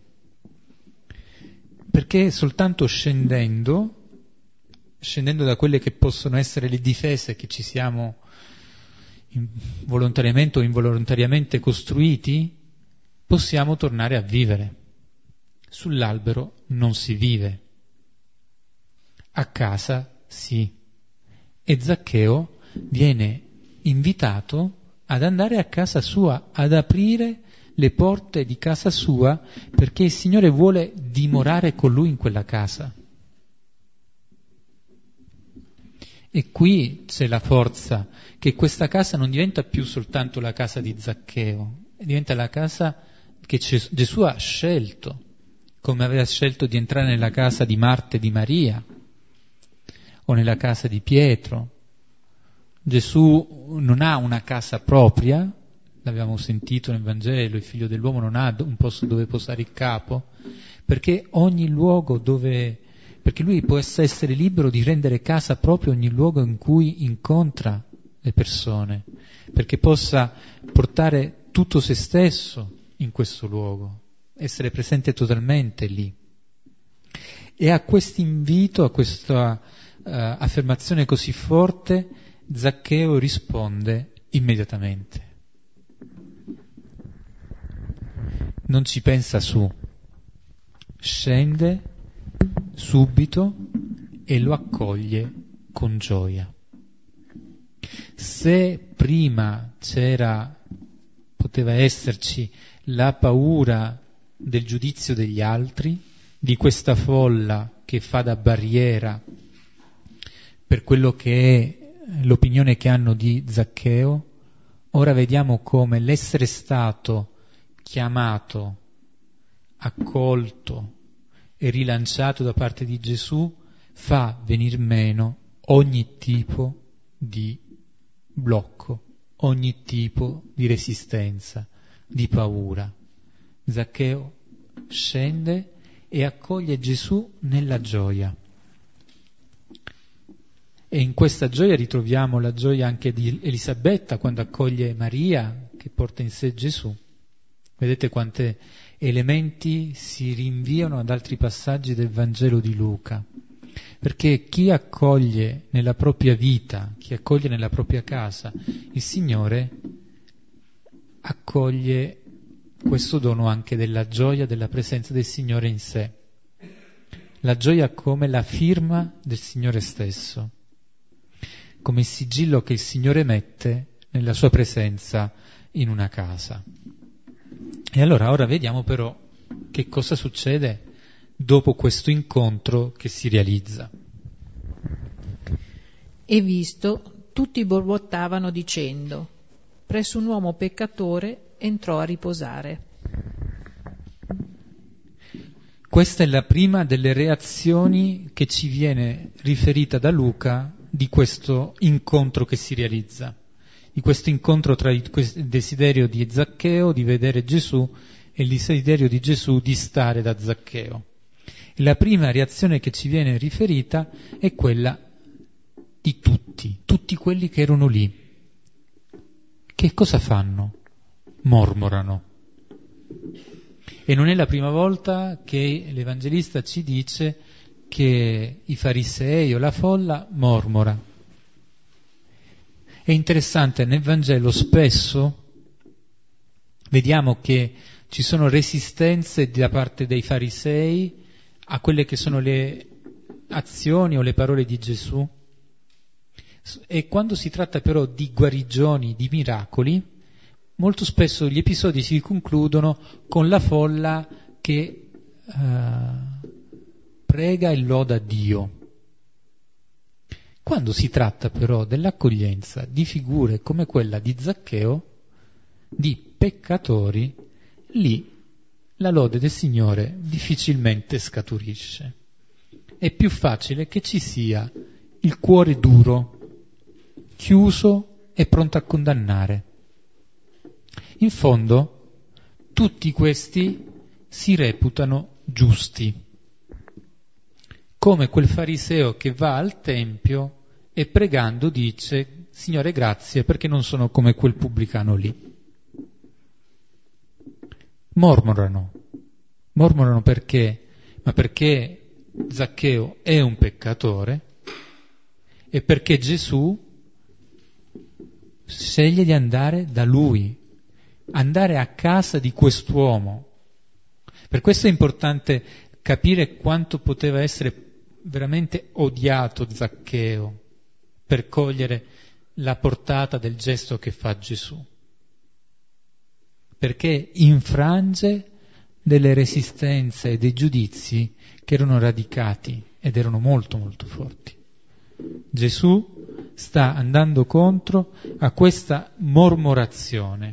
Perché soltanto scendendo, scendendo da quelle che possono essere le difese che ci siamo volontariamente o involontariamente costruiti, possiamo tornare a vivere. Sull'albero non si vive, a casa sì. E Zaccheo viene invitato ad andare a casa sua, ad aprire le porte di casa sua, perché il Signore vuole dimorare con lui in quella casa. E qui c'è la forza, che questa casa non diventa più soltanto la casa di Zaccheo, diventa la casa che Gesù ha scelto, come aveva scelto di entrare nella casa di Marta e di Maria, o nella casa di Pietro. Gesù non ha una casa propria, l'abbiamo sentito nel Vangelo, il figlio dell'uomo non ha un posto dove posare il capo, perché ogni luogo dove... perché lui può essere libero di rendere casa proprio ogni luogo in cui incontra le persone, perché possa portare tutto se stesso in questo luogo, essere presente totalmente lì. E a questo invito, a questa uh, affermazione così forte, Zaccheo risponde immediatamente. Non ci pensa su, scende subito e lo accoglie con gioia. Se prima c'era, poteva esserci la paura del giudizio degli altri, di questa folla che fa da barriera per quello che è l'opinione che hanno di Zaccheo, ora vediamo come l'essere stato chiamato, accolto e rilanciato da parte di Gesù fa venir meno ogni tipo di blocco, ogni tipo di resistenza, di paura. Zaccheo scende e accoglie Gesù nella gioia. E in questa gioia ritroviamo la gioia anche di Elisabetta quando accoglie Maria che porta in sé Gesù. Vedete quanti elementi si rinviano ad altri passaggi del Vangelo di Luca. Perché chi accoglie nella propria vita, chi accoglie nella propria casa il Signore, accoglie questo dono anche della gioia della presenza del Signore in sé. La gioia come la firma del Signore stesso, come il sigillo che il Signore mette nella sua presenza in una casa. E allora ora vediamo però che cosa succede dopo questo incontro che si realizza. E visto, tutti borbottavano dicendo: presso un uomo peccatore entrò a riposare. Questa è la prima delle reazioni che ci viene riferita da Luca di questo incontro che si realizza, di questo incontro tra il desiderio di Zaccheo di vedere Gesù e il desiderio di Gesù di stare da Zaccheo. E la prima reazione che ci viene riferita è quella di tutti, tutti quelli che erano lì. Che cosa fanno? Mormorano. E non è la prima volta che l'Evangelista ci dice che i farisei o la folla mormora. È interessante, nel Vangelo spesso vediamo che ci sono resistenze da parte dei farisei a quelle che sono le azioni o le parole di Gesù. E quando si tratta però di guarigioni, di miracoli, molto spesso gli episodi si concludono con la folla che uh, prega e loda Dio. Quando si tratta però dell'accoglienza di figure come quella di Zaccheo, di peccatori, lì la lode del Signore difficilmente scaturisce. È più facile che ci sia il cuore duro, chiuso e pronto a condannare. In fondo, tutti questi si reputano giusti, come quel fariseo che va al Tempio e pregando dice: Signore, grazie perché non sono come quel pubblicano lì. Mormorano. Mormorano perché? Ma perché Zaccheo è un peccatore e perché Gesù sceglie di andare da lui, andare a casa di quest'uomo. Per questo è importante capire quanto poteva essere veramente odiato Zaccheo per cogliere la portata del gesto che fa Gesù, perché infrange delle resistenze e dei giudizi che erano radicati ed erano molto molto forti. Gesù sta andando contro a questa mormorazione,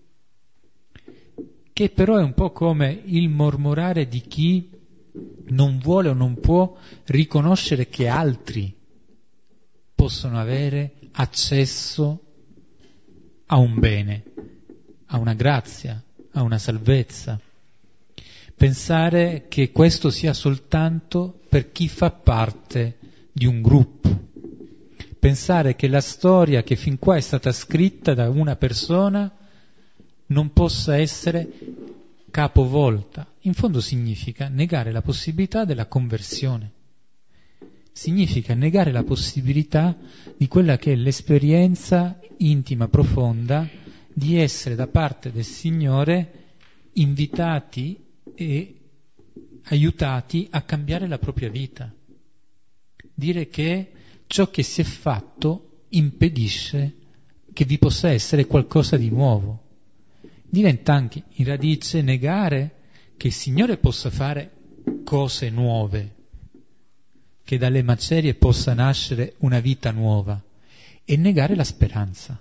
che però è un po' come il mormorare di chi non vuole o non può riconoscere che altri possono avere accesso a un bene, a una grazia, a una salvezza. Pensare che questo sia soltanto per chi fa parte di un gruppo. Pensare che la storia che fin qua è stata scritta da una persona non possa essere capovolta. In fondo significa negare la possibilità della conversione. Significa negare la possibilità di quella che è l'esperienza intima, profonda, di essere da parte del Signore invitati e aiutati a cambiare la propria vita. Dire che ciò che si è fatto impedisce che vi possa essere qualcosa di nuovo. Diventa anche in radice negare che il Signore possa fare cose nuove, che dalle macerie possa nascere una vita nuova, e negare la speranza.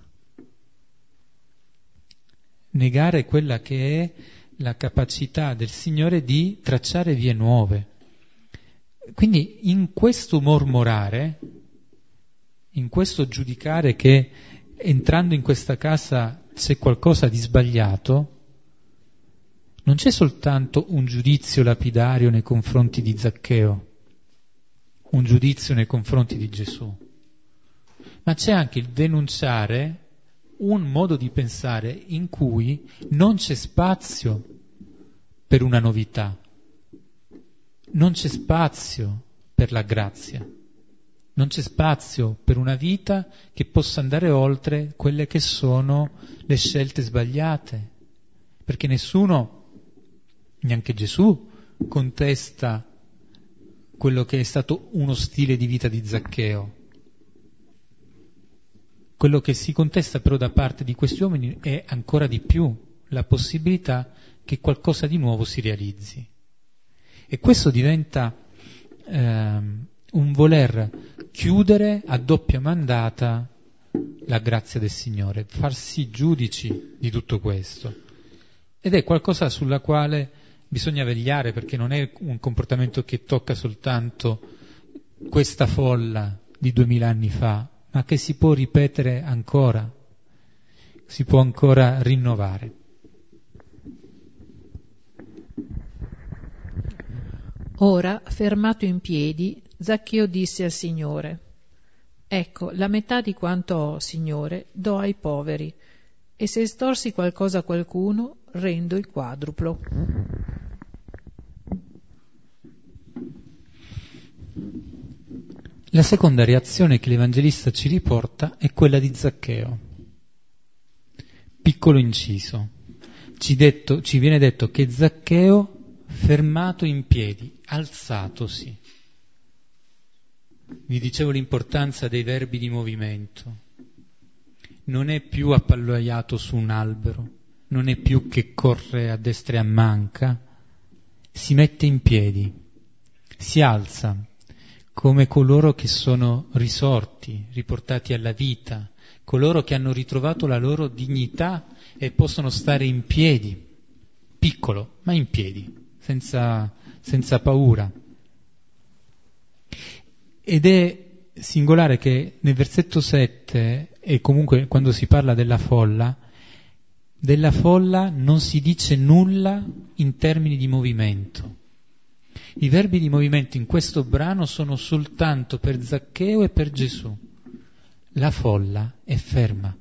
Negare quella che è la capacità del Signore di tracciare vie nuove. Quindi in questo mormorare, in questo giudicare che entrando in questa casa c'è qualcosa di sbagliato, non c'è soltanto un giudizio lapidario nei confronti di Zaccheo, un giudizio nei confronti di Gesù, ma c'è anche il denunciare un modo di pensare in cui non c'è spazio per una novità, non c'è spazio per la grazia, non c'è spazio per una vita che possa andare oltre quelle che sono le scelte sbagliate, perché nessuno, neanche Gesù, contesta quello che è stato uno stile di vita di Zaccheo. Quello che si contesta però da parte di questi uomini è ancora di più la possibilità che qualcosa di nuovo si realizzi. E questo diventa ehm, un voler chiudere a doppia mandata la grazia del Signore, farsi giudici di tutto questo. Ed è qualcosa sulla quale bisogna vegliare, perché non è un comportamento che tocca soltanto questa folla di duemila anni fa, ma che si può ripetere ancora, si può ancora rinnovare. Ora, fermato in piedi, Zaccheo disse al Signore: «Ecco, la metà di quanto ho, Signore, do ai poveri, e se estorsi qualcosa a qualcuno, rendo il quadruplo». La seconda reazione che l'Evangelista ci riporta è quella di Zaccheo. Piccolo inciso. Ci, detto, ci viene detto che Zaccheo, fermato in piedi, alzatosi. Vi dicevo l'importanza dei verbi di movimento. Non è più appollaiato su un albero, non è più che corre a destra e a manca, si mette in piedi, si alza, come coloro che sono risorti, riportati alla vita, coloro che hanno ritrovato la loro dignità e possono stare in piedi, piccolo, ma in piedi, senza, senza paura. Ed è singolare che nel versetto sette, e comunque quando si parla della folla, della folla non si dice nulla in termini di movimento. I verbi di movimento in questo brano sono soltanto per Zaccheo e per Gesù. La folla è ferma.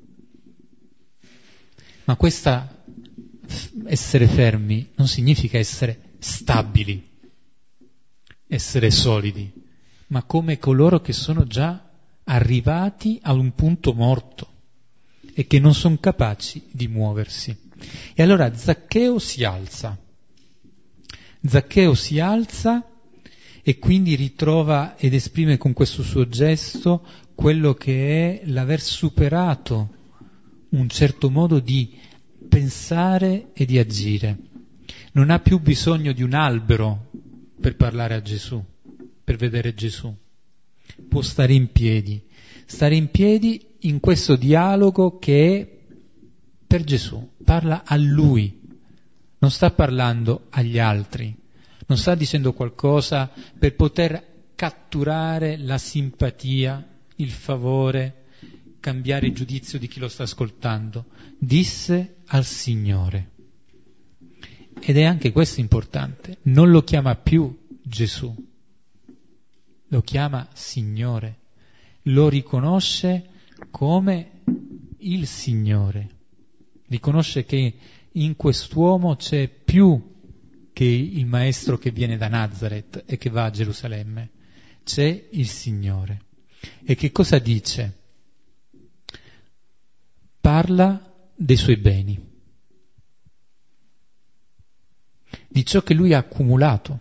Ma questa essere fermi non significa essere stabili, essere solidi, ma come coloro che sono già arrivati a un punto morto e che non sono capaci di muoversi. E allora Zaccheo si alza. Zaccheo si alza e quindi ritrova ed esprime con questo suo gesto quello che è l'aver superato un certo modo di pensare e di agire. Non ha più bisogno di un albero per parlare a Gesù, per vedere Gesù. Può stare in piedi, stare in piedi in questo dialogo che è per Gesù, parla a Lui. Non sta parlando agli altri, non sta dicendo qualcosa per poter catturare la simpatia, il favore, cambiare il giudizio di chi lo sta ascoltando. Disse al Signore. Ed è anche questo importante, non lo chiama più Gesù, lo chiama Signore, lo riconosce come il Signore, riconosce che in quest'uomo c'è più che il maestro che viene da Nazareth e che va a Gerusalemme, c'è il Signore. E che cosa dice? Parla dei suoi beni, di ciò che lui ha accumulato,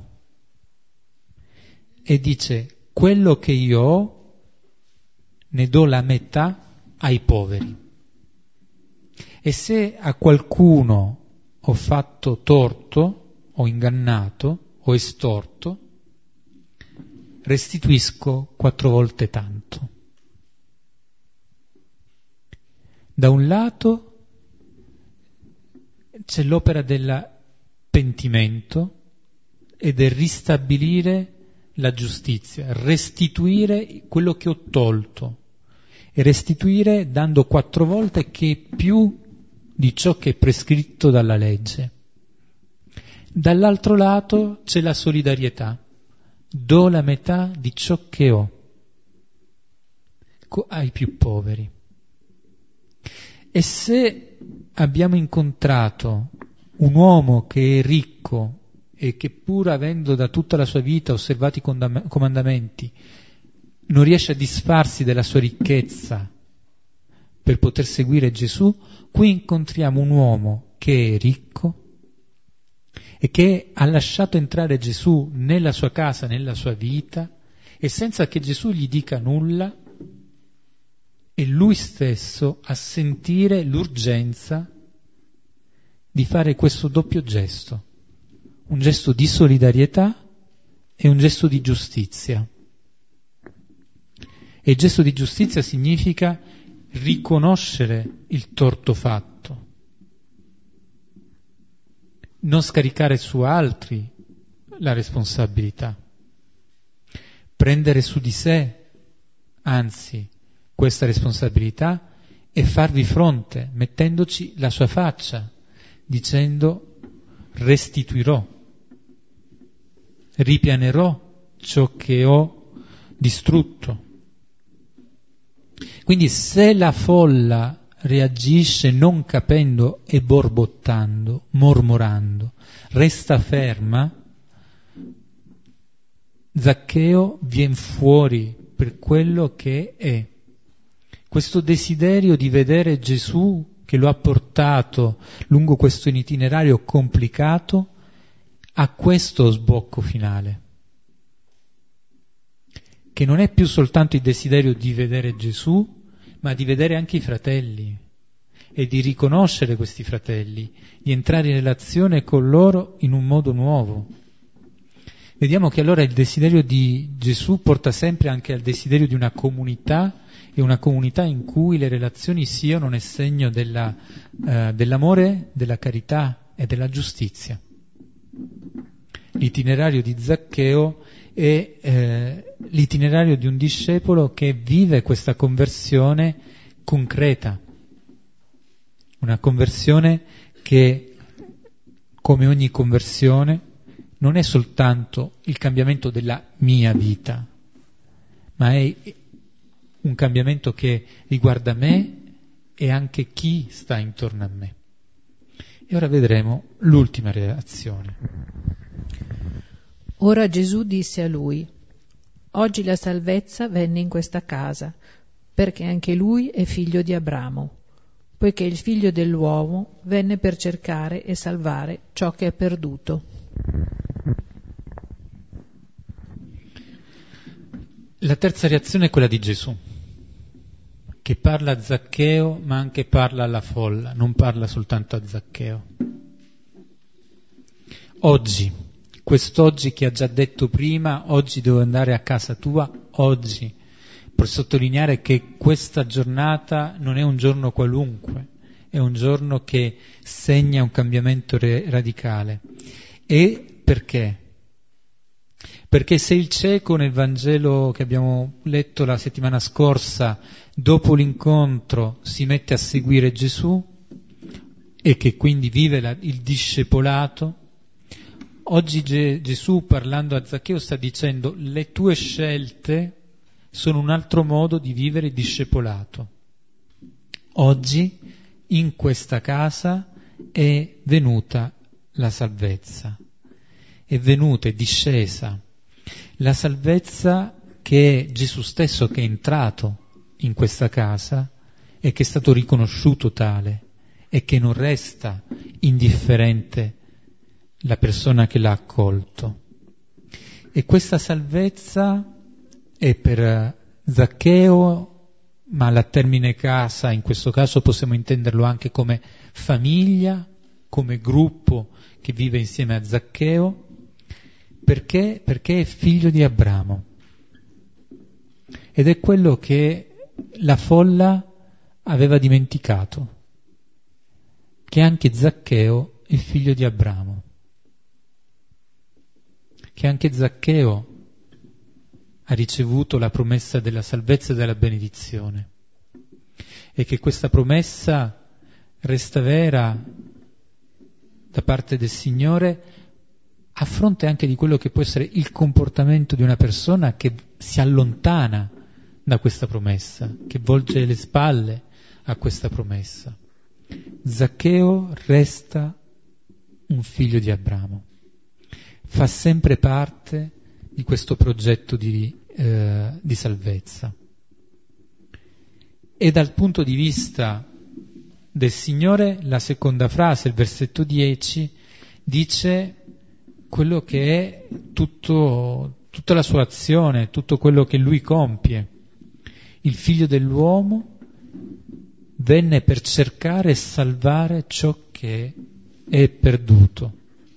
e dice: quello che io ho ne do la metà ai poveri. E se a qualcuno ho fatto torto, ho ingannato, ho estorto, restituisco quattro volte tanto. Da un lato c'è l'opera del pentimento e del ristabilire la giustizia, restituire quello che ho tolto, e restituire dando quattro volte che è più di ciò che è prescritto dalla legge. Dall'altro lato c'è la solidarietà, do la metà di ciò che ho ai più poveri. E se abbiamo incontrato un uomo che è ricco e che, pur avendo da tutta la sua vita osservato i comandamenti, non riesce a disfarsi della sua ricchezza per poter seguire Gesù, qui incontriamo un uomo che è ricco e che ha lasciato entrare Gesù nella sua casa, nella sua vita, e senza che Gesù gli dica nulla, è lui stesso a sentire l'urgenza di fare questo doppio gesto, un gesto di solidarietà e un gesto di giustizia. E il gesto di giustizia significa riconoscere il torto fatto, non scaricare su altri la responsabilità, prendere su di sé, anzi, questa responsabilità e farvi fronte, mettendoci la sua faccia, dicendo restituirò, ripianerò ciò che ho distrutto. Quindi se la folla reagisce non capendo e borbottando, mormorando, resta ferma, Zaccheo viene fuori per quello che è. Questo desiderio di vedere Gesù che lo ha portato lungo questo itinerario complicato a questo sbocco finale, che non è più soltanto il desiderio di vedere Gesù, ma di vedere anche i fratelli e di riconoscere questi fratelli, di entrare in relazione con loro in un modo nuovo. Vediamo che allora il desiderio di Gesù porta sempre anche al desiderio di una comunità, e una comunità in cui le relazioni siano nel segno della, eh, dell'amore, della carità e della giustizia. L'itinerario di Zaccheo è eh, l'itinerario di un discepolo che vive questa conversione concreta, una conversione che, come ogni conversione, non è soltanto il cambiamento della mia vita, ma è un cambiamento che riguarda me e anche chi sta intorno a me. E ora vedremo l'ultima reazione. Ora Gesù disse a lui: oggi la salvezza venne in questa casa, perché anche lui è figlio di Abramo, poiché il figlio dell'uomo venne per cercare e salvare ciò che è perduto. La terza reazione è quella di Gesù, che parla a Zaccheo ma anche parla alla folla, non parla soltanto a Zaccheo. Oggi, quest'oggi che ha già detto prima, oggi devo andare a casa tua, oggi, per sottolineare che questa giornata non è un giorno qualunque, è un giorno che segna un cambiamento re- radicale. E perché? Perché se il cieco nel Vangelo che abbiamo letto la settimana scorsa, dopo l'incontro si mette a seguire Gesù e che quindi vive la, il discepolato, oggi Ge- Gesù parlando a Zaccheo sta dicendo: le tue scelte sono un altro modo di vivere il discepolato. Oggi in questa casa è venuta la salvezza, è venuta, è discesa la salvezza che è Gesù stesso che è entrato in questa casa e che è stato riconosciuto tale e che non resta indifferente la persona che l'ha accolto. E questa salvezza è per Zaccheo, ma al termine casa in questo caso possiamo intenderlo anche come famiglia, come gruppo che vive insieme a Zaccheo. Perché? Perché è figlio di Abramo. Ed è quello che la folla aveva dimenticato, che anche Zaccheo è figlio di Abramo, che anche Zaccheo ha ricevuto la promessa della salvezza e della benedizione, e che questa promessa resta vera da parte del Signore a fronte anche di quello che può essere il comportamento di una persona che si allontana da questa promessa, che volge le spalle a questa promessa. Zaccheo resta un figlio di Abramo, fa sempre parte di questo progetto di, eh, di salvezza. E dal punto di vista del Signore, la seconda frase, il versetto dieci, dice quello che è tutto, tutta la sua azione, tutto quello che Lui compie. Il Figlio dell'uomo venne per cercare e salvare ciò che è perduto.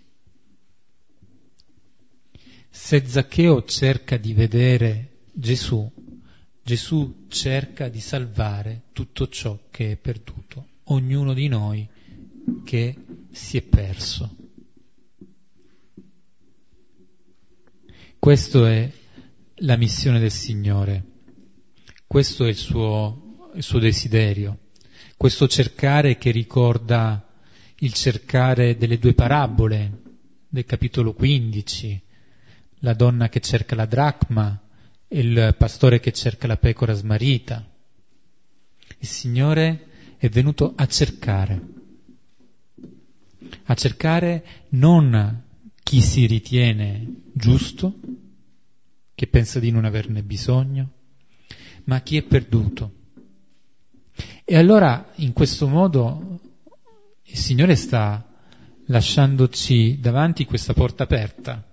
Se Zaccheo cerca di vedere Gesù, Gesù cerca di salvare tutto ciò che è perduto, ognuno di noi che si è perso. Questa è la missione del Signore, questo è il suo, il suo desiderio, questo cercare che ricorda il cercare delle due parabole del capitolo quindici, la donna che cerca la dracma e il pastore che cerca la pecora smarrita. Il Signore è venuto a cercare, a cercare non chi si ritiene giusto, che pensa di non averne bisogno, ma chi è perduto. E allora, in questo modo, il Signore sta lasciandoci davanti questa porta aperta,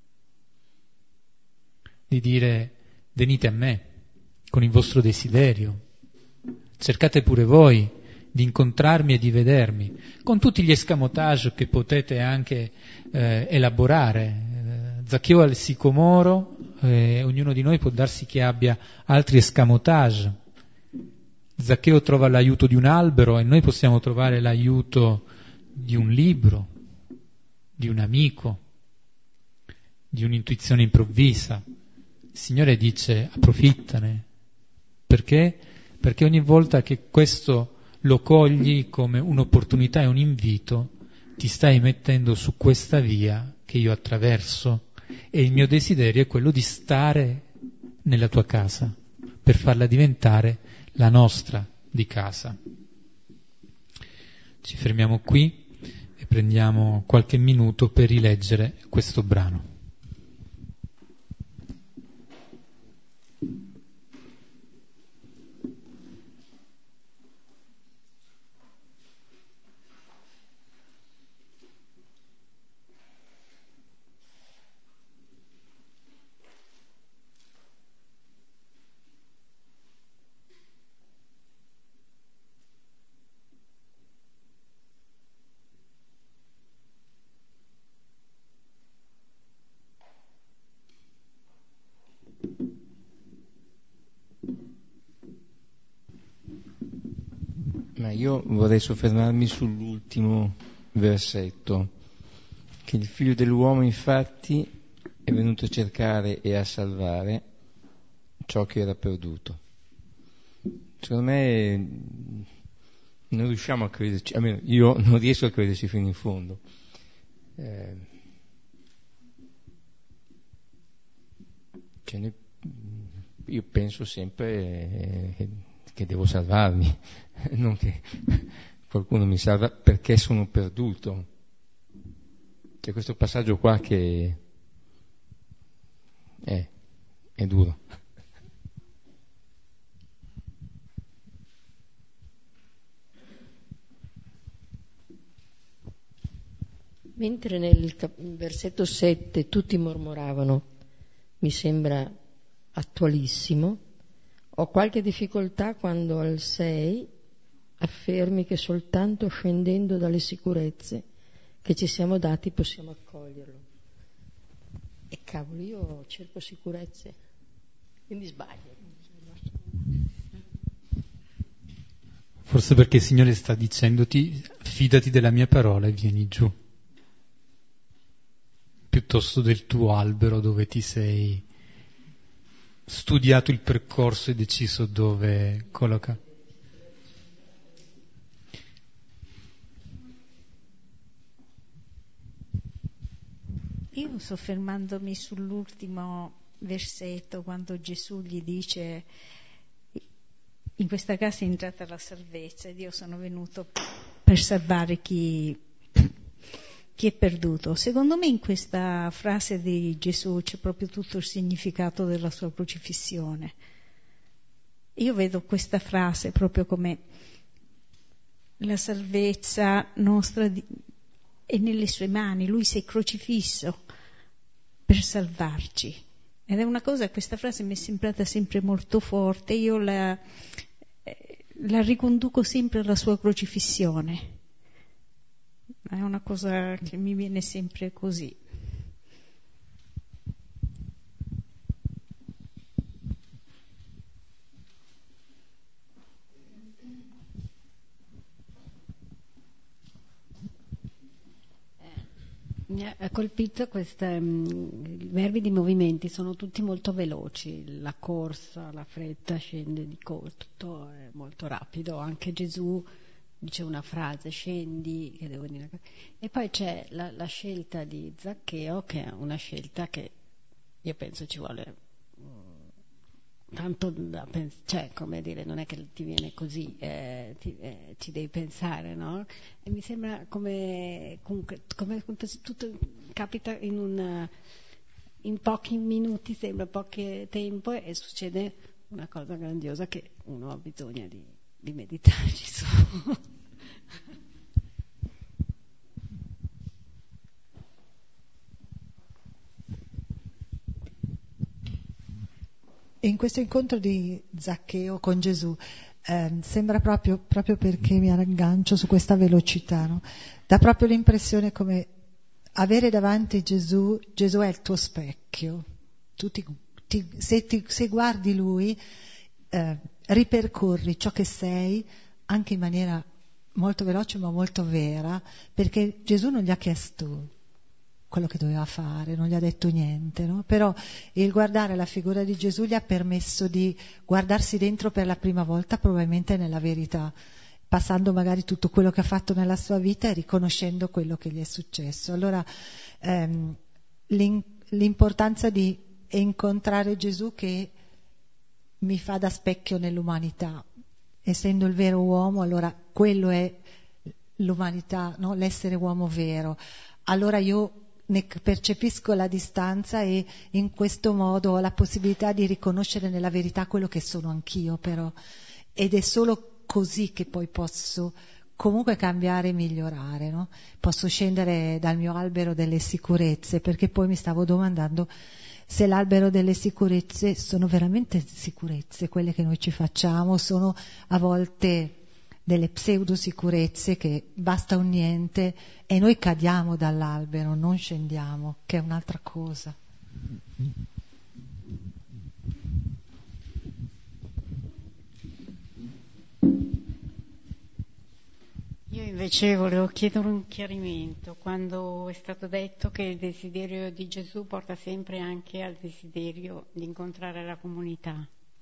di dire: venite a me con il vostro desiderio, cercate pure voi di incontrarmi e di vedermi, con tutti gli escamotage che potete anche eh, elaborare. Eh, Zaccheo al sicomoro, eh, ognuno di noi può darsi che abbia altri escamotage. Zaccheo trova l'aiuto di un albero e noi possiamo trovare l'aiuto di un libro, di un amico, di un'intuizione improvvisa. Il Signore dice: approfittane. Perché? Perché ogni volta che questo lo cogli come un'opportunità e un invito, ti stai mettendo su questa via che io attraverso, e il mio desiderio è quello di stare nella tua casa, per farla diventare la nostra di casa. Ci fermiamo qui e prendiamo qualche minuto per rileggere questo brano. Ma io vorrei soffermarmi sull'ultimo versetto, che il Figlio dell'uomo infatti è venuto a cercare e a salvare ciò che era perduto. Secondo me non riusciamo a crederci, almeno io non riesco a crederci fino in fondo. Eh, cioè noi, io penso sempre eh, che devo salvarmi, non che qualcuno mi salva perché sono perduto. C'è questo passaggio qua che è, è duro. Mentre nel cap- versetto sette tutti mormoravano, mi sembra attualissimo, ho qualche difficoltà quando al sei affermi che soltanto scendendo dalle sicurezze che ci siamo dati possiamo accoglierlo. E cavolo, io cerco sicurezze, quindi sbaglio. Forse perché il Signore sta dicendoti: fidati della mia parola e vieni giù, piuttosto del tuo albero dove ti sei studiato il percorso e deciso dove collocare. Io soffermandomi sull'ultimo versetto, quando Gesù gli dice: in questa casa è entrata la salvezza ed io sono venuto per salvare chi, chi è perduto. Secondo me in questa frase di Gesù c'è proprio tutto il significato della sua crocifissione. Io vedo questa frase proprio come la salvezza nostra di, è nelle sue mani, lui si è crocifisso per salvarci. Ed è una cosa, questa frase mi è sembrata sempre molto forte, io la, la riconduco sempre alla sua crocifissione. È una cosa che mi viene sempre così. Mi ha colpito questa, i verbi di movimenti sono tutti molto veloci, la corsa, la fretta, scende di corsa, tutto è molto rapido, anche Gesù dice una frase, scendi, che devo dire, e poi c'è la, la scelta di Zaccheo, che è una scelta che io penso ci vuole tanto da pensare, cioè come dire, non è che ti viene così, eh, ti, eh, ci devi pensare, no? E mi sembra come, comunque, come tutto capita in un in pochi minuti, sembra poco tempo, e succede una cosa grandiosa che uno ha bisogno di, di meditarci su. In questo incontro di Zaccheo con Gesù eh, sembra proprio, proprio perché mi aggancio su questa velocità, no? Dà proprio l'impressione come avere davanti Gesù, Gesù è il tuo specchio. Tu ti, ti, se, ti, se guardi Lui, eh, ripercorri ciò che sei anche in maniera molto veloce ma molto vera, perché Gesù non gli ha chiesto quello che doveva fare, non gli ha detto niente, no? Però il guardare la figura di Gesù gli ha permesso di guardarsi dentro per la prima volta, probabilmente nella verità, passando magari tutto quello che ha fatto nella sua vita e riconoscendo quello che gli è successo. Allora ehm, l'in- l'importanza di incontrare Gesù che mi fa da specchio nell'umanità, essendo il vero uomo, allora quello è l'umanità, no? L'essere uomo vero. Allora io ne percepisco la distanza e in questo modo ho la possibilità di riconoscere nella verità quello che sono anch'io, però, ed è solo così che poi posso comunque cambiare e migliorare, no? Posso scendere dal mio albero delle sicurezze, perché poi mi stavo domandando se l'albero delle sicurezze sono veramente sicurezze, quelle che noi ci facciamo, sono a volte delle pseudosicurezze che basta un niente e noi cadiamo dall'albero, non scendiamo, che è un'altra cosa. Io invece volevo chiedere un chiarimento, quando è stato detto che il desiderio di Gesù porta sempre anche al desiderio di incontrare la comunità.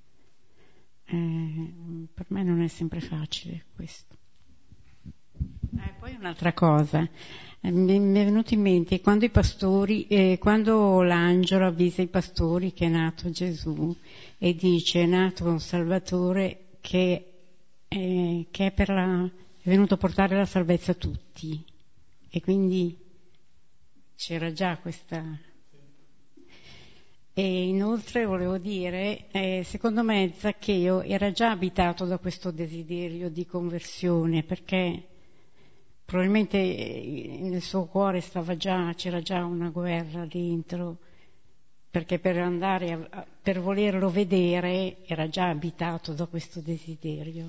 Eh, per me non è sempre facile questo. Eh, poi un'altra cosa, eh, mi, mi è venuto in mente quando i pastori, eh, quando l'angelo avvisa i pastori che è nato Gesù e dice è nato un Salvatore che, eh, che è, per la, è venuto a portare la salvezza a tutti, e quindi c'era già questa. E inoltre volevo dire, eh, secondo me Zaccheo era già abitato da questo desiderio di conversione, perché probabilmente nel suo cuore stava già, c'era già una guerra dentro, perché per andare a, per volerlo vedere era già abitato da questo desiderio.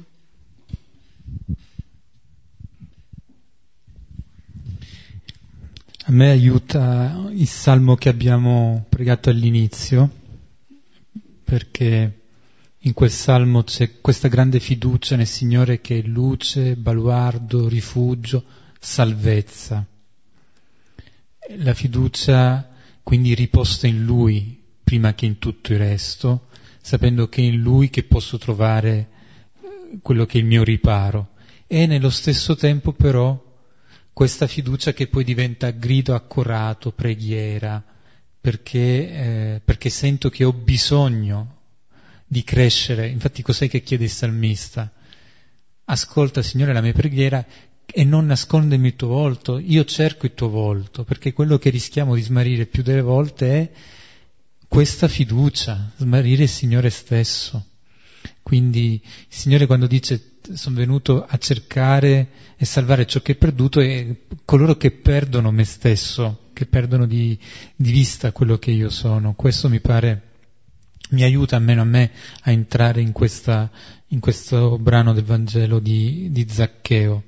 A me aiuta il salmo che abbiamo pregato all'inizio, perché in quel salmo c'è questa grande fiducia nel Signore che è luce, baluardo, rifugio, salvezza. La fiducia quindi riposta in Lui prima che in tutto il resto, sapendo che è in Lui che posso trovare quello che è il mio riparo. E nello stesso tempo però questa fiducia che poi diventa grido accorato, preghiera, perché, eh, perché sento che ho bisogno di crescere. Infatti cos'è che chiede il salmista? Ascolta, Signore, la mia preghiera e non nascondemi il tuo volto. Io cerco il tuo volto, perché quello che rischiamo di smarrire più delle volte è questa fiducia, smarrire il Signore stesso. Quindi il Signore quando dice sono venuto a cercare e salvare ciò che è perduto e coloro che perdono me stesso, che perdono di, di vista quello che io sono. Questo mi pare, mi aiuta almeno a me a entrare in, questa, in questo brano del Vangelo di, di Zaccheo.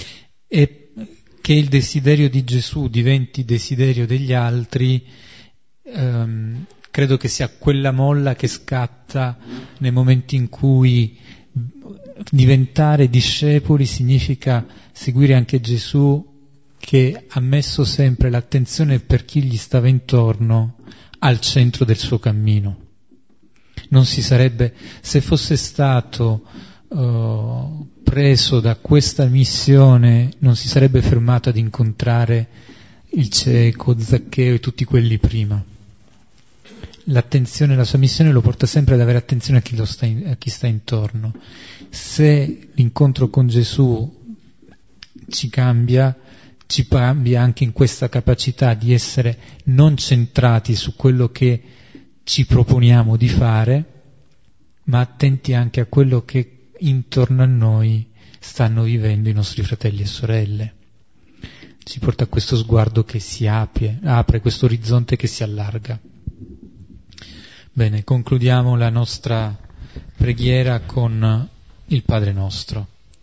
E che il desiderio di Gesù diventi desiderio degli altri, ehm, credo che sia quella molla che scatta nei momenti in cui diventare discepoli significa seguire anche Gesù, che ha messo sempre l'attenzione per chi gli stava intorno al centro del suo cammino. Non si sarebbe, se fosse stato uh, preso da questa missione, non si sarebbe fermato ad incontrare il cieco, Zaccheo e tutti quelli prima. L'attenzione, la sua missione lo porta sempre ad avere attenzione a chi, lo sta in, a chi sta intorno. Se l'incontro con Gesù ci cambia, ci cambia anche in questa capacità di essere non centrati su quello che ci proponiamo di fare, ma attenti anche a quello che intorno a noi stanno vivendo i nostri fratelli e sorelle. Ci porta a questo sguardo che si apre, apre questo orizzonte che si allarga. Bene, concludiamo la nostra preghiera con il Padre nostro.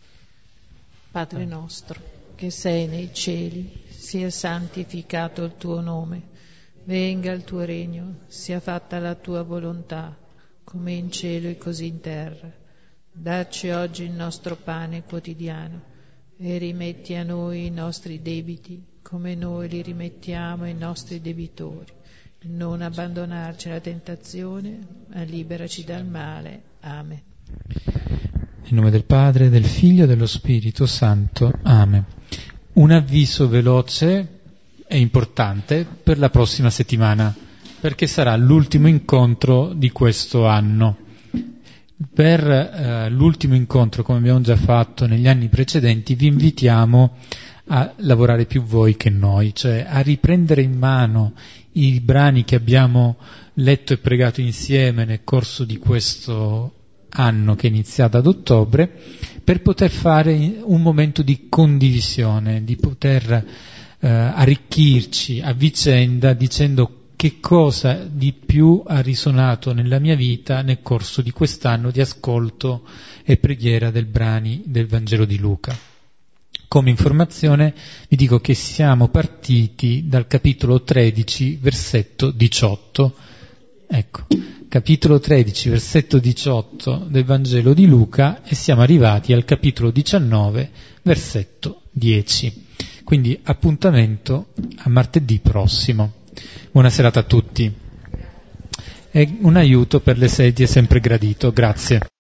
Padre nostro, che sei nei cieli, sia santificato il tuo nome, venga il tuo regno, sia fatta la tua volontà, come in cielo e così in terra. Dacci oggi il nostro pane quotidiano e rimetti a noi i nostri debiti, come noi li rimettiamo ai nostri debitori. Non abbandonarci alla tentazione, ma liberaci dal male. Amen. Nel nome del Padre, del Figlio e dello Spirito Santo. Amen. Un avviso veloce e importante per la prossima settimana, perché sarà l'ultimo incontro di questo anno. Per eh, l'ultimo incontro, come abbiamo già fatto negli anni precedenti, vi invitiamo a lavorare più voi che noi, cioè a riprendere in mano i brani che abbiamo letto e pregato insieme nel corso di questo anno che è iniziato ad ottobre, per poter fare un momento di condivisione, di poter eh, arricchirci a vicenda dicendo che cosa di più ha risuonato nella mia vita nel corso di quest'anno di ascolto e preghiera del brani del Vangelo di Luca. Come informazione vi dico che siamo partiti dal capitolo tredici, versetto diciotto. Ecco, capitolo tredici, versetto diciotto del Vangelo di Luca, e siamo arrivati al capitolo diciannove, versetto dieci. Quindi appuntamento a martedì prossimo. Buona serata a tutti. E un aiuto per le sedie sempre gradito. Grazie.